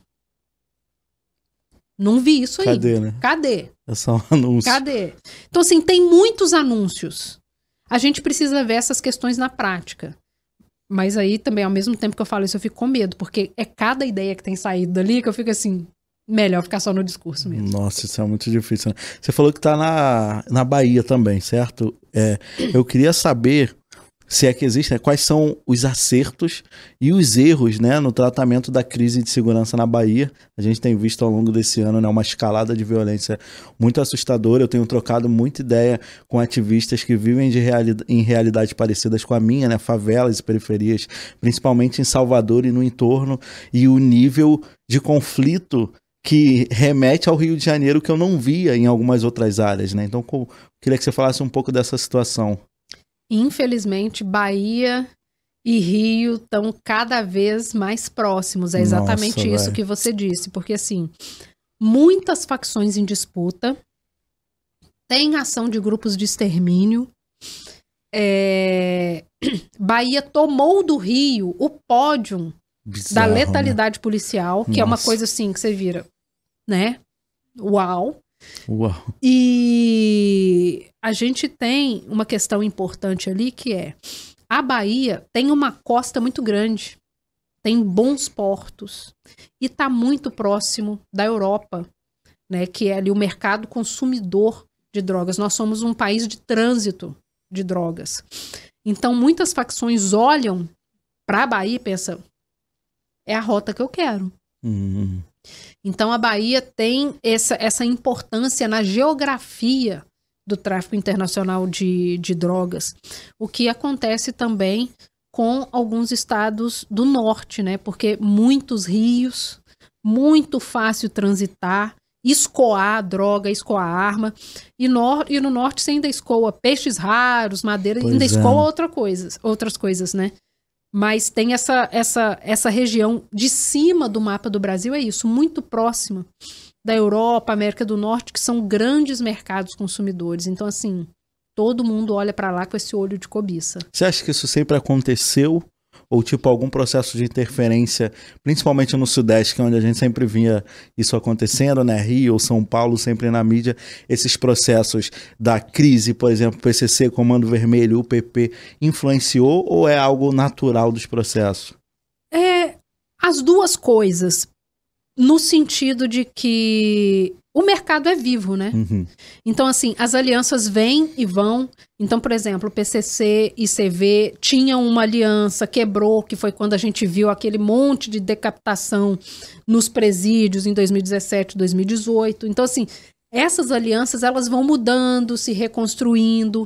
Não vi isso aí. Cadê, né? Cadê? É só um anúncio. Cadê? Então, assim, tem muitos anúncios. A gente precisa ver essas questões na prática. Mas aí também, ao mesmo tempo que eu falo isso, eu fico com medo, porque é cada ideia que tem saído dali que eu fico assim, melhor ficar só no discurso mesmo. Nossa, isso é muito difícil, né? Você falou que tá na, na Bahia também, certo? É, eu queria saber se é que existem, quais são os acertos e os erros, né, no tratamento da crise de segurança na Bahia. A gente tem visto ao longo desse ano, né, uma escalada de violência muito assustadora. Eu tenho trocado muita ideia com ativistas que vivem de reali- em realidades parecidas com a minha, né, favelas e periferias, principalmente em Salvador e no entorno, e o nível de conflito que remete ao Rio de Janeiro que eu não via em algumas outras áreas, né? Então, eu queria que você falasse um pouco dessa situação. Infelizmente, Bahia e Rio estão cada vez mais próximos. É exatamente Nossa, isso véio. que você disse. Porque, assim, muitas facções em disputa, tem ação de grupos de extermínio. É... Bahia tomou do Rio o pódio Bizarro, da letalidade, né, policial, que Nossa. É uma coisa assim que você vira, né? Uau! Uau. E a gente tem uma questão importante ali, que é a Bahia tem uma costa muito grande, tem bons portos e está muito próximo da Europa, né, que é ali o mercado consumidor de drogas. Nós somos um país de trânsito de drogas. Então muitas facções olham para a Bahia e pensam, é a rota que eu quero. Uhum. Então a Bahia tem essa, essa importância na geografia do tráfico internacional de, de drogas, o que acontece também com alguns estados do norte, né? Porque muitos rios, muito fácil transitar, escoar droga, escoar arma, e, no, e no norte você ainda escoa peixes raros, madeira, Pois ainda é. escoa outra coisas, outras coisas, né? Mas tem essa, essa, essa região de cima do mapa do Brasil, é isso, muito próxima da Europa, América do Norte, que são grandes mercados consumidores. Então, assim, todo mundo olha para lá com esse olho de cobiça. Você acha que isso sempre aconteceu? Ou, tipo, algum processo de interferência, principalmente no Sudeste, que é onde a gente sempre via isso acontecendo, né? Rio ou São Paulo, sempre na mídia, esses processos da crise, por exemplo, P C C, Comando Vermelho, U P P, influenciou ou é algo natural dos processos? É, as duas coisas, no sentido de que o mercado é vivo, né? Uhum. Então, assim, as alianças vêm e vão. Então, por exemplo, o P C C e C V tinham uma aliança, quebrou, que foi quando a gente viu aquele monte de decapitação nos presídios em dois mil e dezessete, dois mil e dezoito. Então, assim, essas alianças, elas vão mudando, se reconstruindo.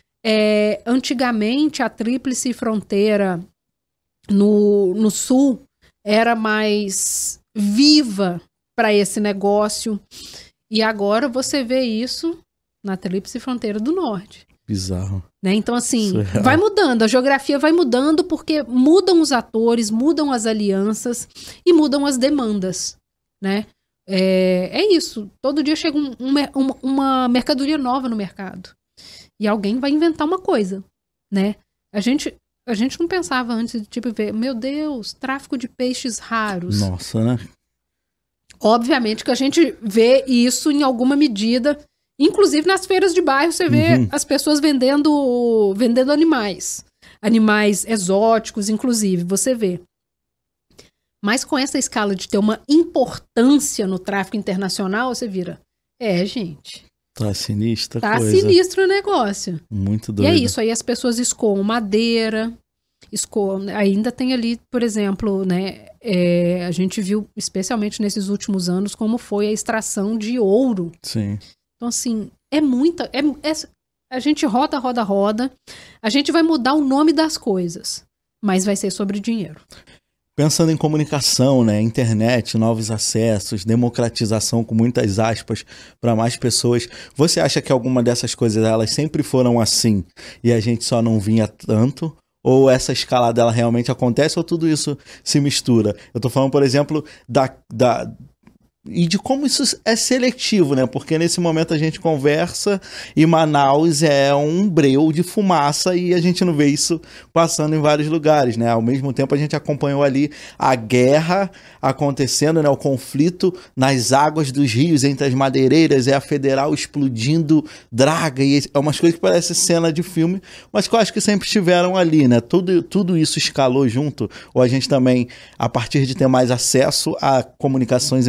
É, antigamente, a tríplice fronteira no, no sul era mais viva para esse negócio, e agora você vê isso na tríplice fronteira do norte. Bizarro. Né? Então, assim, Surreal. vai mudando, a geografia vai mudando porque mudam os atores, mudam as alianças e mudam as demandas, né? É, é isso, todo dia chega um, um, uma mercadoria nova no mercado e alguém vai inventar uma coisa, né? A gente, a gente não pensava antes de, tipo, ver, meu Deus, tráfico de peixes raros. Nossa, né? Obviamente que a gente vê isso em alguma medida, inclusive nas feiras de bairro você vê Uhum. as pessoas vendendo, vendendo animais, animais exóticos, inclusive, você vê. Mas com essa escala de ter uma importância no tráfico internacional, você vira, é, gente, Tá sinistra tá coisa. sinistro o negócio. Muito E doido. é isso, aí as pessoas escoam madeira, escoam, ainda tem ali, por exemplo, né, é, a gente viu, especialmente nesses últimos anos, como foi a extração de ouro. Sim. Então, assim, é muita, é, é, a gente roda, roda, roda, a gente vai mudar o nome das coisas, mas vai ser sobre dinheiro. Pensando em comunicação, né, internet, novos acessos, democratização com muitas aspas para mais pessoas, você acha que alguma dessas coisas elas sempre foram assim e a gente só não vinha tanto? Ou essa escalada ela realmente acontece ou tudo isso se mistura? Eu tô falando, por exemplo, da... da e de como isso é seletivo, né? Porque nesse momento a gente conversa e Manaus é um breu de fumaça e a gente não vê isso passando em vários lugares, né? Ao mesmo tempo a gente acompanhou ali a guerra acontecendo, né? O conflito nas águas dos rios entre as madeireiras, é a Federal explodindo draga e é umas coisas que parecem cena de filme, mas que eu acho que sempre estiveram ali, né? Tudo, tudo isso escalou junto, ou a gente também, a partir de ter mais acesso a comunicações imediatas,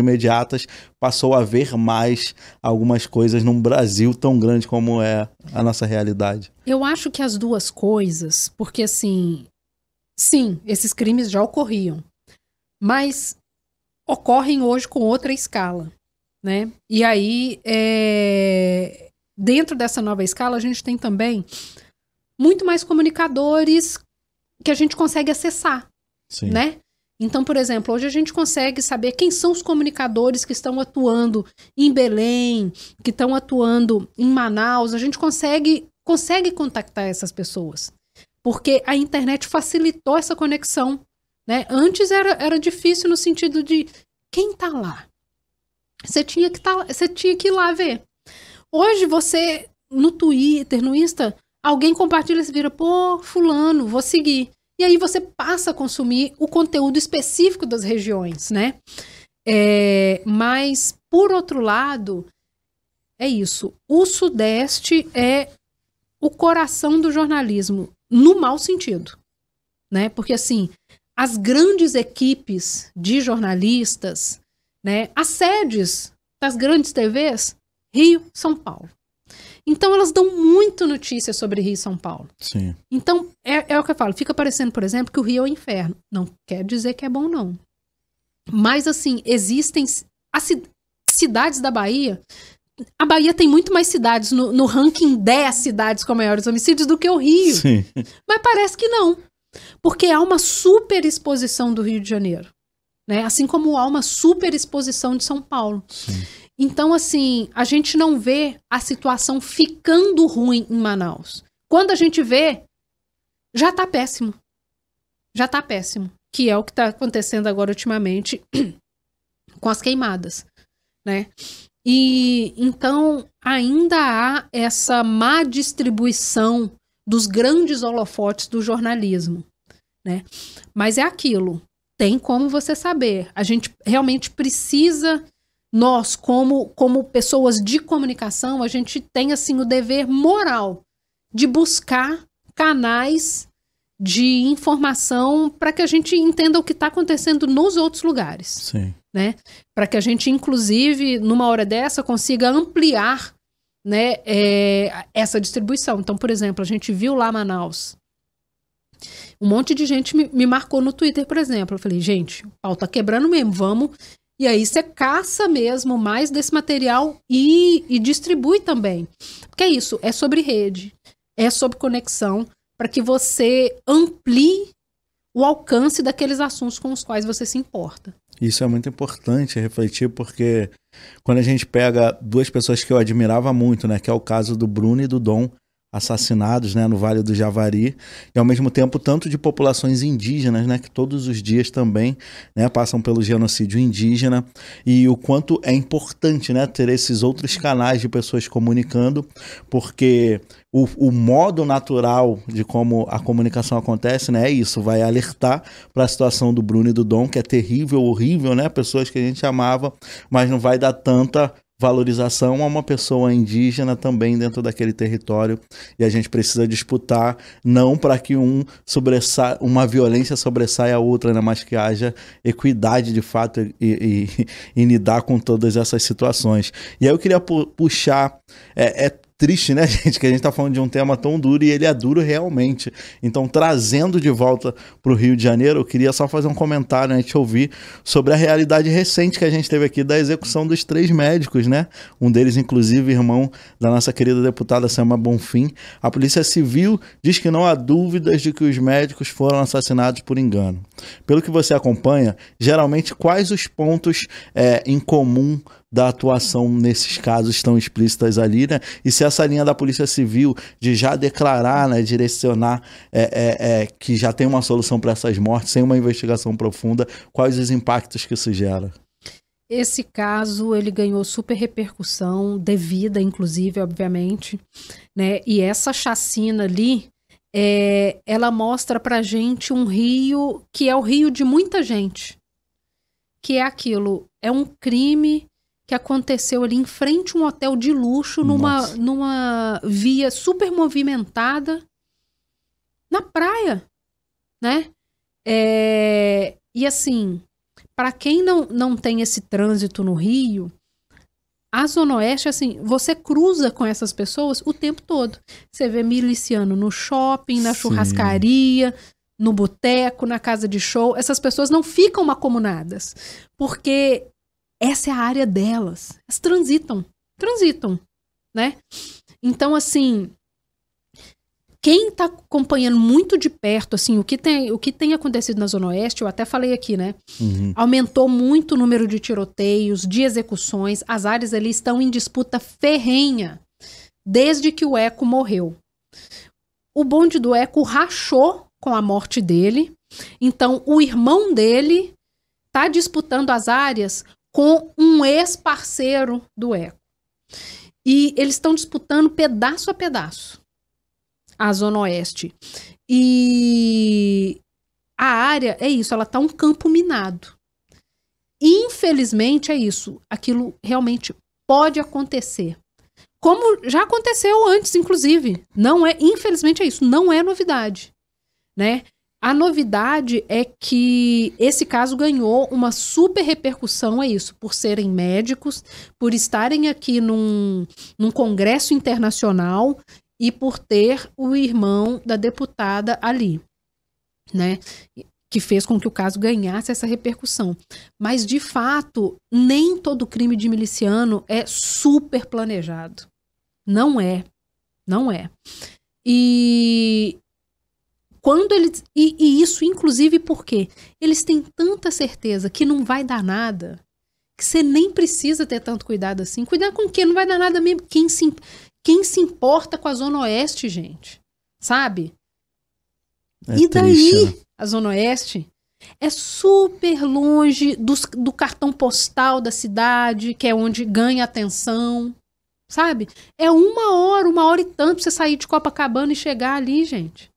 imediatas, passou a ver mais algumas coisas num Brasil tão grande como é a nossa realidade? Eu acho que as duas coisas, porque assim, sim, esses crimes já ocorriam, mas ocorrem hoje com outra escala, né? E aí, é... dentro dessa nova escala, a gente tem também muito mais comunicadores que a gente consegue acessar, Sim. né? Então, por exemplo, hoje a gente consegue saber quem são os comunicadores que estão atuando em Belém, que estão atuando em Manaus. A gente consegue, consegue contactar essas pessoas, porque a internet facilitou essa conexão, né? Antes era, era difícil no sentido de quem tá lá? Você tinha que tá, você tinha que ir lá ver. Hoje você, no Twitter, no Insta, alguém compartilha e vira, pô, fulano, vou seguir. E aí você passa a consumir o conteúdo específico das regiões, né? É, mas, por outro lado, é isso. O Sudeste é o coração do jornalismo, no mau sentido, né? Porque, assim, as grandes equipes de jornalistas, né? As sedes das grandes T Vs, Rio, São Paulo. Então, elas dão muito notícia sobre Rio e São Paulo. Sim. Então, é, é o que eu falo. Fica parecendo, por exemplo, que o Rio é o inferno. Não quer dizer que é bom, não. Mas, assim, existem as ci- cidades da Bahia. A Bahia tem muito mais cidades no, no ranking dez cidades com maiores homicídios do que o Rio. Sim. Mas parece que não. Porque há uma superexposição do Rio de Janeiro, né? Assim como há uma superexposição de São Paulo. Sim. Então, assim, a gente não vê a situação ficando ruim em Manaus. Quando a gente vê, já tá péssimo. Já tá péssimo. Que é o que tá acontecendo agora ultimamente com as queimadas, né? E, então, ainda há essa má distribuição dos grandes holofotes do jornalismo, né? Mas é aquilo. Tem como você saber. A gente realmente precisa... Nós, como, como pessoas de comunicação, a gente tem, assim, o dever moral de buscar canais de informação para que a gente entenda o que está acontecendo nos outros lugares. Sim. Né? Para que a gente, inclusive, numa hora dessa, consiga ampliar, né, é, essa distribuição. Então, por exemplo, a gente viu lá Manaus. Um monte de gente me, me marcou no Twitter, por exemplo. Eu falei, gente, o pau tá quebrando mesmo, vamos... E aí você caça mesmo mais desse material e, e distribui também. Porque é isso, é sobre rede, é sobre conexão, para que você amplie o alcance daqueles assuntos com os quais você se importa. Isso é muito importante refletir, porque quando a gente pega duas pessoas que eu admirava muito, né, que é o caso do Bruno e do Dom, assassinados, né, no Vale do Javari, e ao mesmo tempo tanto de populações indígenas, né, que todos os dias também, né, passam pelo genocídio indígena, e o quanto é importante, né, ter esses outros canais de pessoas comunicando, porque o, o modo natural de como a comunicação acontece, né, é isso, vai alertar para a situação do Bruno e do Dom, que é terrível, horrível, né, pessoas que a gente amava, mas não vai dar tanta valorização a uma pessoa indígena também dentro daquele território, e a gente precisa disputar não para que um sobressa... uma violência sobressaia a outra, né? Mas que haja equidade de fato e, e, e lidar com todas essas situações. E aí eu queria pu- puxar é, é triste, né, gente, que a gente tá falando de um tema tão duro e ele é duro realmente. Então, trazendo de volta pro Rio de Janeiro, eu queria só fazer um comentário, né, te ouvir sobre a realidade recente que a gente teve aqui da execução dos três médicos, né? Um deles, inclusive, irmão da nossa querida deputada Selma Bonfim. A Polícia Civil diz que não há dúvidas de que os médicos foram assassinados por engano. Pelo que você acompanha, geralmente, quais os pontos é, em comum da atuação nesses casos estão explícitas ali, né? E se essa linha da Polícia Civil de já declarar, né, direcionar é, é, é, que já tem uma solução para essas mortes, sem uma investigação profunda, quais os impactos que isso gera? Esse caso, ele ganhou super repercussão, devida, inclusive, obviamente, né? E essa chacina ali, é, ela mostra pra gente um Rio que é o Rio de muita gente. Que é aquilo, é um crime que aconteceu ali em frente a um hotel de luxo, numa, numa via super movimentada, na praia, né? É, e assim, para quem não, não tem esse trânsito no Rio, a Zona Oeste, assim, você cruza com essas pessoas o tempo todo. Você vê miliciano no shopping, na Sim. churrascaria, no boteco, na casa de show. Essas pessoas não ficam macomunadas, porque essa é a área delas. Elas transitam, transitam, né? Então, assim, quem tá acompanhando muito de perto, assim, o que tem, o que tem acontecido na Zona Oeste, eu até falei aqui, né? Uhum. Aumentou muito o número de tiroteios, de execuções. As áreas ali estão em disputa ferrenha desde que o Eco morreu. O bonde do Eco rachou com a morte dele. Então, o irmão dele tá disputando as áreas com um ex-parceiro do Eco. E eles estão disputando pedaço a pedaço a Zona Oeste. E a área é isso, ela tá um campo minado. Infelizmente é isso, aquilo realmente pode acontecer. Como já aconteceu antes, inclusive. Não é, infelizmente é isso, não é novidade, né? A novidade é que esse caso ganhou uma super repercussão, é isso, por serem médicos, por estarem aqui num, num congresso internacional e por ter o irmão da deputada ali, né? Que fez com que o caso ganhasse essa repercussão. Mas, de fato, nem todo crime de miliciano é super planejado. Não é. Não é. E quando eles. E, e isso, inclusive, porque eles têm tanta certeza que não vai dar nada, que você nem precisa ter tanto cuidado assim. Cuidar com o quê? Não vai dar nada mesmo. Quem se, quem se importa com a Zona Oeste, gente? Sabe? É e daí, triste, né? a Zona Oeste é super longe dos, do cartão postal da cidade, que é onde ganha atenção, sabe? É uma hora, uma hora e tanto pra você sair de Copacabana e chegar ali, gente.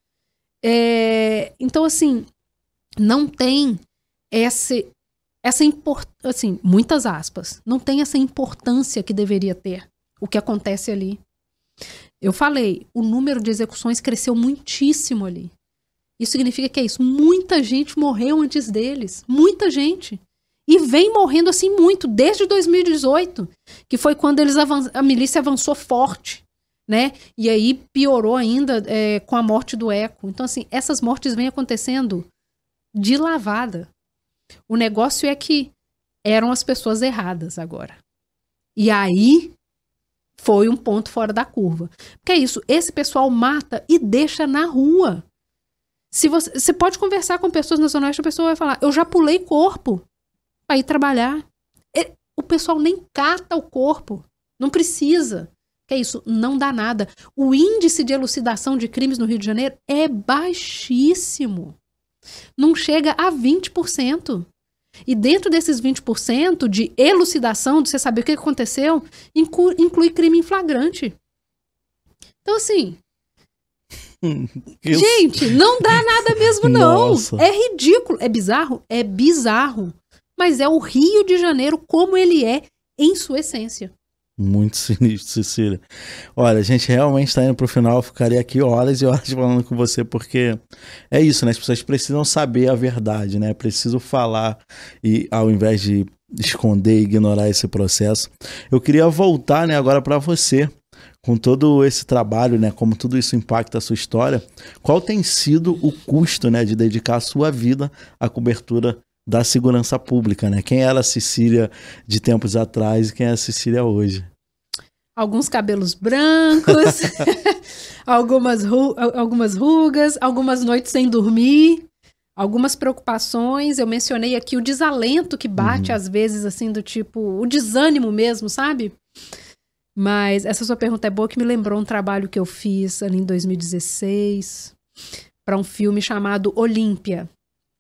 É, então, assim, não tem esse, essa importância, assim, muitas aspas, não tem essa importância que deveria ter o que acontece ali. Eu falei, o número de execuções cresceu muitíssimo ali. Isso significa que é isso. Muita gente morreu antes deles. Muita gente. E vem morrendo assim muito, desde dois mil e dezoito, que foi quando eles avan- a milícia avançou forte, né? E aí piorou ainda é, com a morte do Eco. Então, assim, essas mortes vêm acontecendo de lavada. O negócio é que eram as pessoas erradas agora. E aí foi um ponto fora da curva. Porque é isso, esse pessoal mata e deixa na rua. Se você, você pode conversar com pessoas na Zona Oeste, a pessoa vai falar, eu já pulei corpo para ir trabalhar. E, o pessoal nem cata o corpo. Não precisa. Que é isso, não dá nada. O índice de elucidação de crimes no Rio de Janeiro é baixíssimo. Não chega a vinte por cento. E dentro desses vinte por cento de elucidação, de você saber o que aconteceu, inclui, inclui crime em flagrante. Então, assim... Eu... Gente, não dá nada mesmo, não. Nossa. É ridículo. É bizarro? É bizarro. Mas é o Rio de Janeiro como ele é em sua essência. Muito sinistro, Cecília. Olha, a gente realmente está indo pro final. Eu ficaria aqui horas e horas falando com você, porque é isso, né? As pessoas precisam saber a verdade, né? Preciso falar e ao invés de esconder e ignorar esse processo. Eu queria voltar, né, agora para você, com todo esse trabalho, né? Como tudo isso impacta a sua história. Qual tem sido o custo, né, de dedicar a sua vida à cobertura da segurança pública, né? Quem era a Cecília de tempos atrás e quem é a Cecília hoje? Alguns cabelos brancos, algumas, ru- algumas rugas, algumas noites sem dormir, algumas preocupações. Eu mencionei aqui o desalento que bate, Uhum. às vezes, assim, do tipo, o desânimo mesmo, sabe? Mas essa sua pergunta é boa, que me lembrou um trabalho que eu fiz ali em dois mil e dezesseis para um filme chamado Olímpia.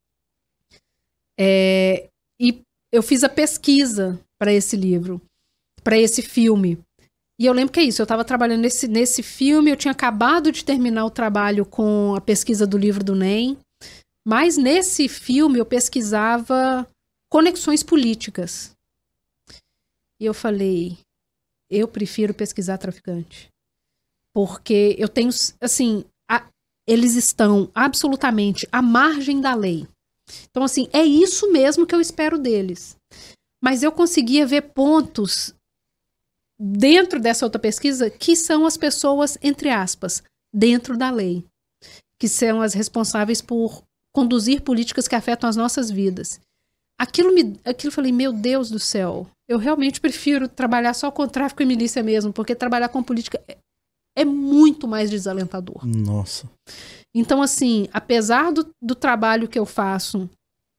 É, e eu fiz a pesquisa para esse livro, para esse filme. E eu lembro que é isso, eu estava trabalhando nesse, nesse filme, eu tinha acabado de terminar o trabalho com a pesquisa do livro do N E M, mas nesse filme eu pesquisava conexões políticas. E eu falei, eu prefiro pesquisar traficante. Porque eu tenho, assim, a, eles estão absolutamente à margem da lei. Então, assim, é isso mesmo que eu espero deles. Mas eu conseguia ver pontos dentro dessa outra pesquisa que são as pessoas, entre aspas, dentro da lei, que são as responsáveis por conduzir políticas que afetam as nossas vidas. Aquilo me, aquilo eu falei, meu Deus do céu, eu realmente prefiro trabalhar só com tráfico e milícia mesmo, porque trabalhar com política é, é muito mais desalentador. Nossa. Então, assim, apesar do, do trabalho que eu faço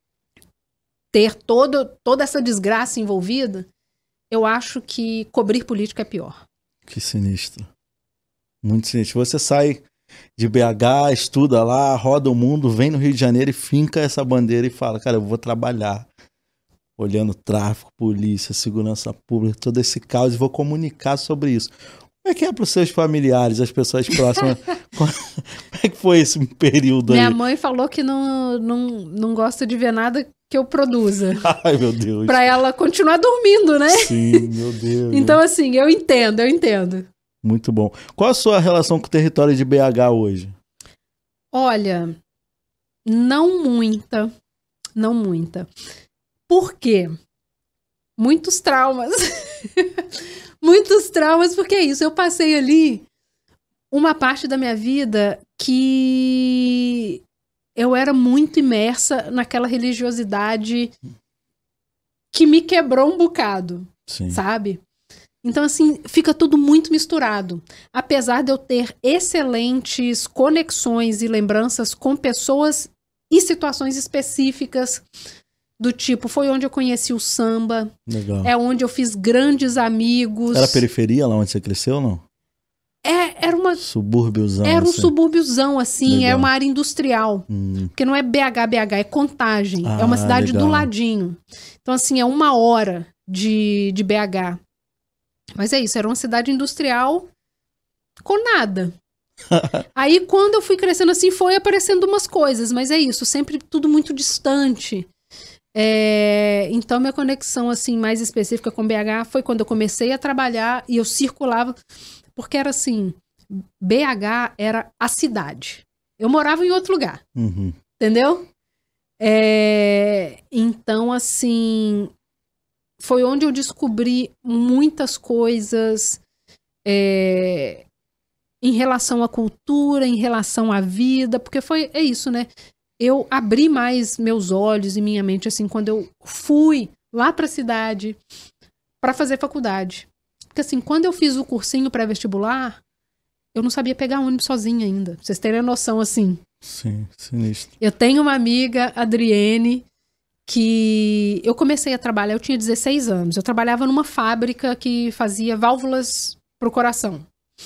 ter todo, toda essa desgraça envolvida, eu acho que cobrir política é pior. Que sinistro. Muito sinistro. Você sai de B H, estuda lá, roda o mundo, vem no Rio de Janeiro e finca essa bandeira e fala, cara, eu vou trabalhar olhando tráfico, polícia, segurança pública, todo esse caos e vou comunicar sobre isso. Como é que é para os seus familiares, as pessoas próximas? Como é que foi esse período aí? Minha mãe falou que não, não, não gosta de ver nada que eu produza. Ai, meu Deus. Pra ela continuar dormindo, né? Sim, meu Deus. Então, assim, eu entendo, eu entendo. Muito bom. Qual a sua relação com o território de B H hoje? Olha, não muita, não muita. Por quê? Muitos traumas. Muitos traumas, porque é isso, eu passei ali uma parte da minha vida que eu era muito imersa naquela religiosidade que me quebrou um bocado, Sim. sabe? Então, assim, fica tudo muito misturado. Apesar de eu ter excelentes conexões e lembranças com pessoas e situações específicas, do tipo, foi onde eu conheci o samba. Legal. É onde eu fiz grandes amigos. Era periferia lá onde você cresceu ou não? É, era uma... Subúrbiozão. Era um assim. subúrbiozão, assim. Legal. Era uma área industrial. Hum. Porque não é B H, B H, é Contagem. Ah, é uma cidade legal. do ladinho. Então, assim, é uma hora de, de B H. Mas é isso, era uma cidade industrial com nada. Aí, quando eu fui crescendo assim, foi aparecendo umas coisas. Mas é isso, sempre tudo muito distante. É, então, minha conexão assim mais específica com B H foi quando eu comecei a trabalhar e eu circulava, porque era assim, B H era a cidade. Eu morava em outro lugar, uhum. entendeu? É, então, assim, foi onde eu descobri muitas coisas é, em relação à cultura, em relação à vida, porque foi, é isso, né? Eu abri mais meus olhos e minha mente, assim, quando eu fui lá para a cidade para fazer faculdade. Porque, assim, quando eu fiz o cursinho pré-vestibular, eu não sabia pegar ônibus sozinha ainda. Pra vocês terem a noção, assim. Sim, sinistro. Eu tenho uma amiga, Adriene, que eu comecei a trabalhar, eu tinha dezesseis anos. Eu trabalhava numa fábrica que fazia válvulas pro coração.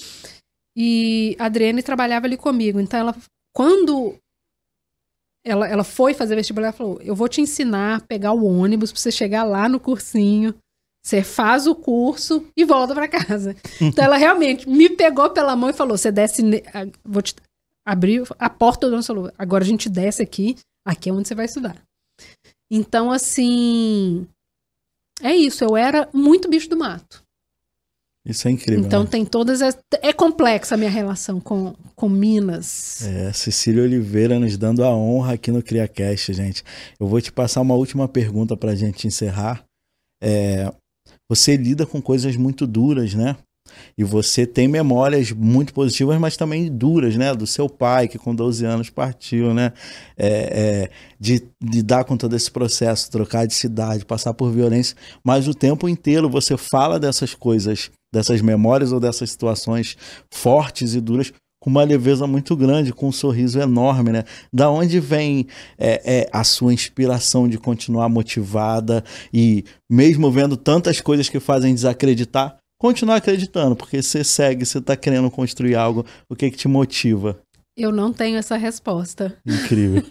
E a Adriene trabalhava ali comigo. Então, ela, quando... Ela, ela foi fazer vestibular e falou, eu vou te ensinar a pegar o ônibus pra você chegar lá no cursinho, você faz o curso e volta pra casa. Então ela realmente me pegou pela mão e falou, você desce, vou te abrir a porta do ônibus e falou, agora a gente desce aqui, aqui é onde você vai estudar. Então, assim, é isso, eu era muito bicho do mato. Isso é incrível. Então né? tem todas as... É complexa a minha relação com, com Minas. É, Cecília Oliveira nos dando a honra aqui no CriaCast, gente. Eu vou te passar uma última pergunta pra gente encerrar. É, você lida com coisas muito duras, né? E você tem memórias muito positivas, mas também duras, né? Do seu pai, que com doze anos partiu, né? É, é, de lidar com todo esse processo, trocar de cidade, passar por violência. Mas o tempo inteiro você fala dessas coisas, dessas memórias ou dessas situações fortes e duras com uma leveza muito grande, com um sorriso enorme, né? Da onde vem é, é, a sua inspiração de continuar motivada e mesmo vendo tantas coisas que fazem desacreditar, continuar acreditando, porque você segue, você está querendo construir algo, o que que te motiva? Eu não tenho essa resposta. Incrível.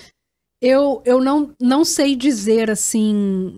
eu eu não, não sei dizer, assim,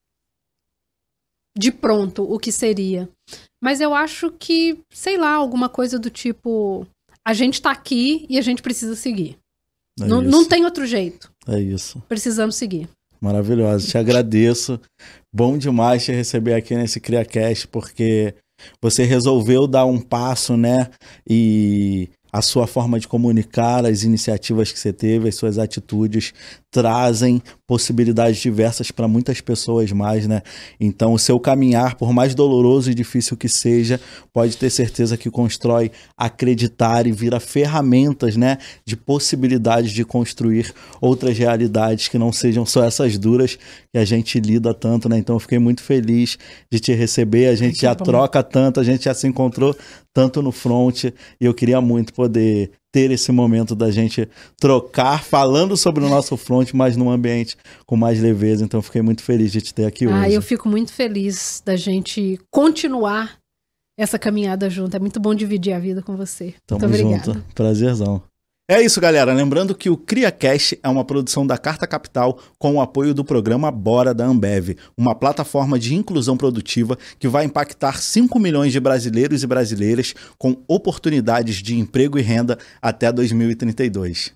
de pronto, o que seria. Mas eu acho que, sei lá, alguma coisa do tipo, a gente tá aqui e a gente precisa seguir. É não, não tem outro jeito. É isso. Precisamos seguir. Maravilhoso, te agradeço. Bom demais te receber aqui nesse CriaCast, porque você resolveu dar um passo, né? E a sua forma de comunicar, as iniciativas que você teve, as suas atitudes trazem possibilidades diversas para muitas pessoas mais, né? Então, o seu caminhar, por mais doloroso e difícil que seja, pode ter certeza que constrói acreditar e vira ferramentas, né, de possibilidades de construir outras realidades que não sejam só essas duras que a gente lida tanto, né? Então, eu fiquei muito feliz de te receber, a gente já troca tanto, a gente já se encontrou tanto no front, e eu queria muito poder ter esse momento da gente trocar, falando sobre o nosso front, mas num ambiente com mais leveza. Então, fiquei muito feliz de te ter aqui hoje. Ah, eu fico muito feliz da gente continuar essa caminhada junto. É muito bom dividir a vida com você. Tamo muito obrigada. junto. Prazerzão. É isso, galera. Lembrando que o CriaCast é uma produção da Carta Capital com o apoio do programa Bora da Ambev, uma plataforma de inclusão produtiva que vai impactar cinco milhões de brasileiros e brasileiras com oportunidades de emprego e renda até dois mil e trinta e dois.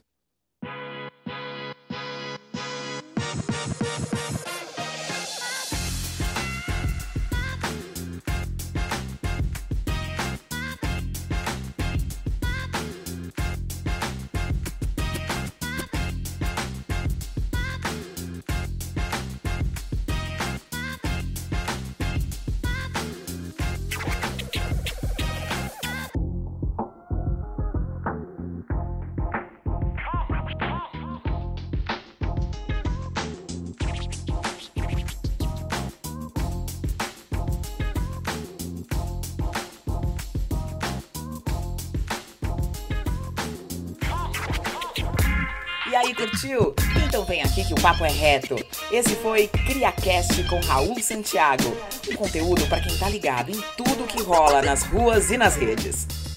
E aí, curtiu? Então vem aqui que o papo é reto. Esse foi CriaCast com Raul Santiago. Um conteúdo para quem tá ligado em tudo que rola nas ruas e nas redes.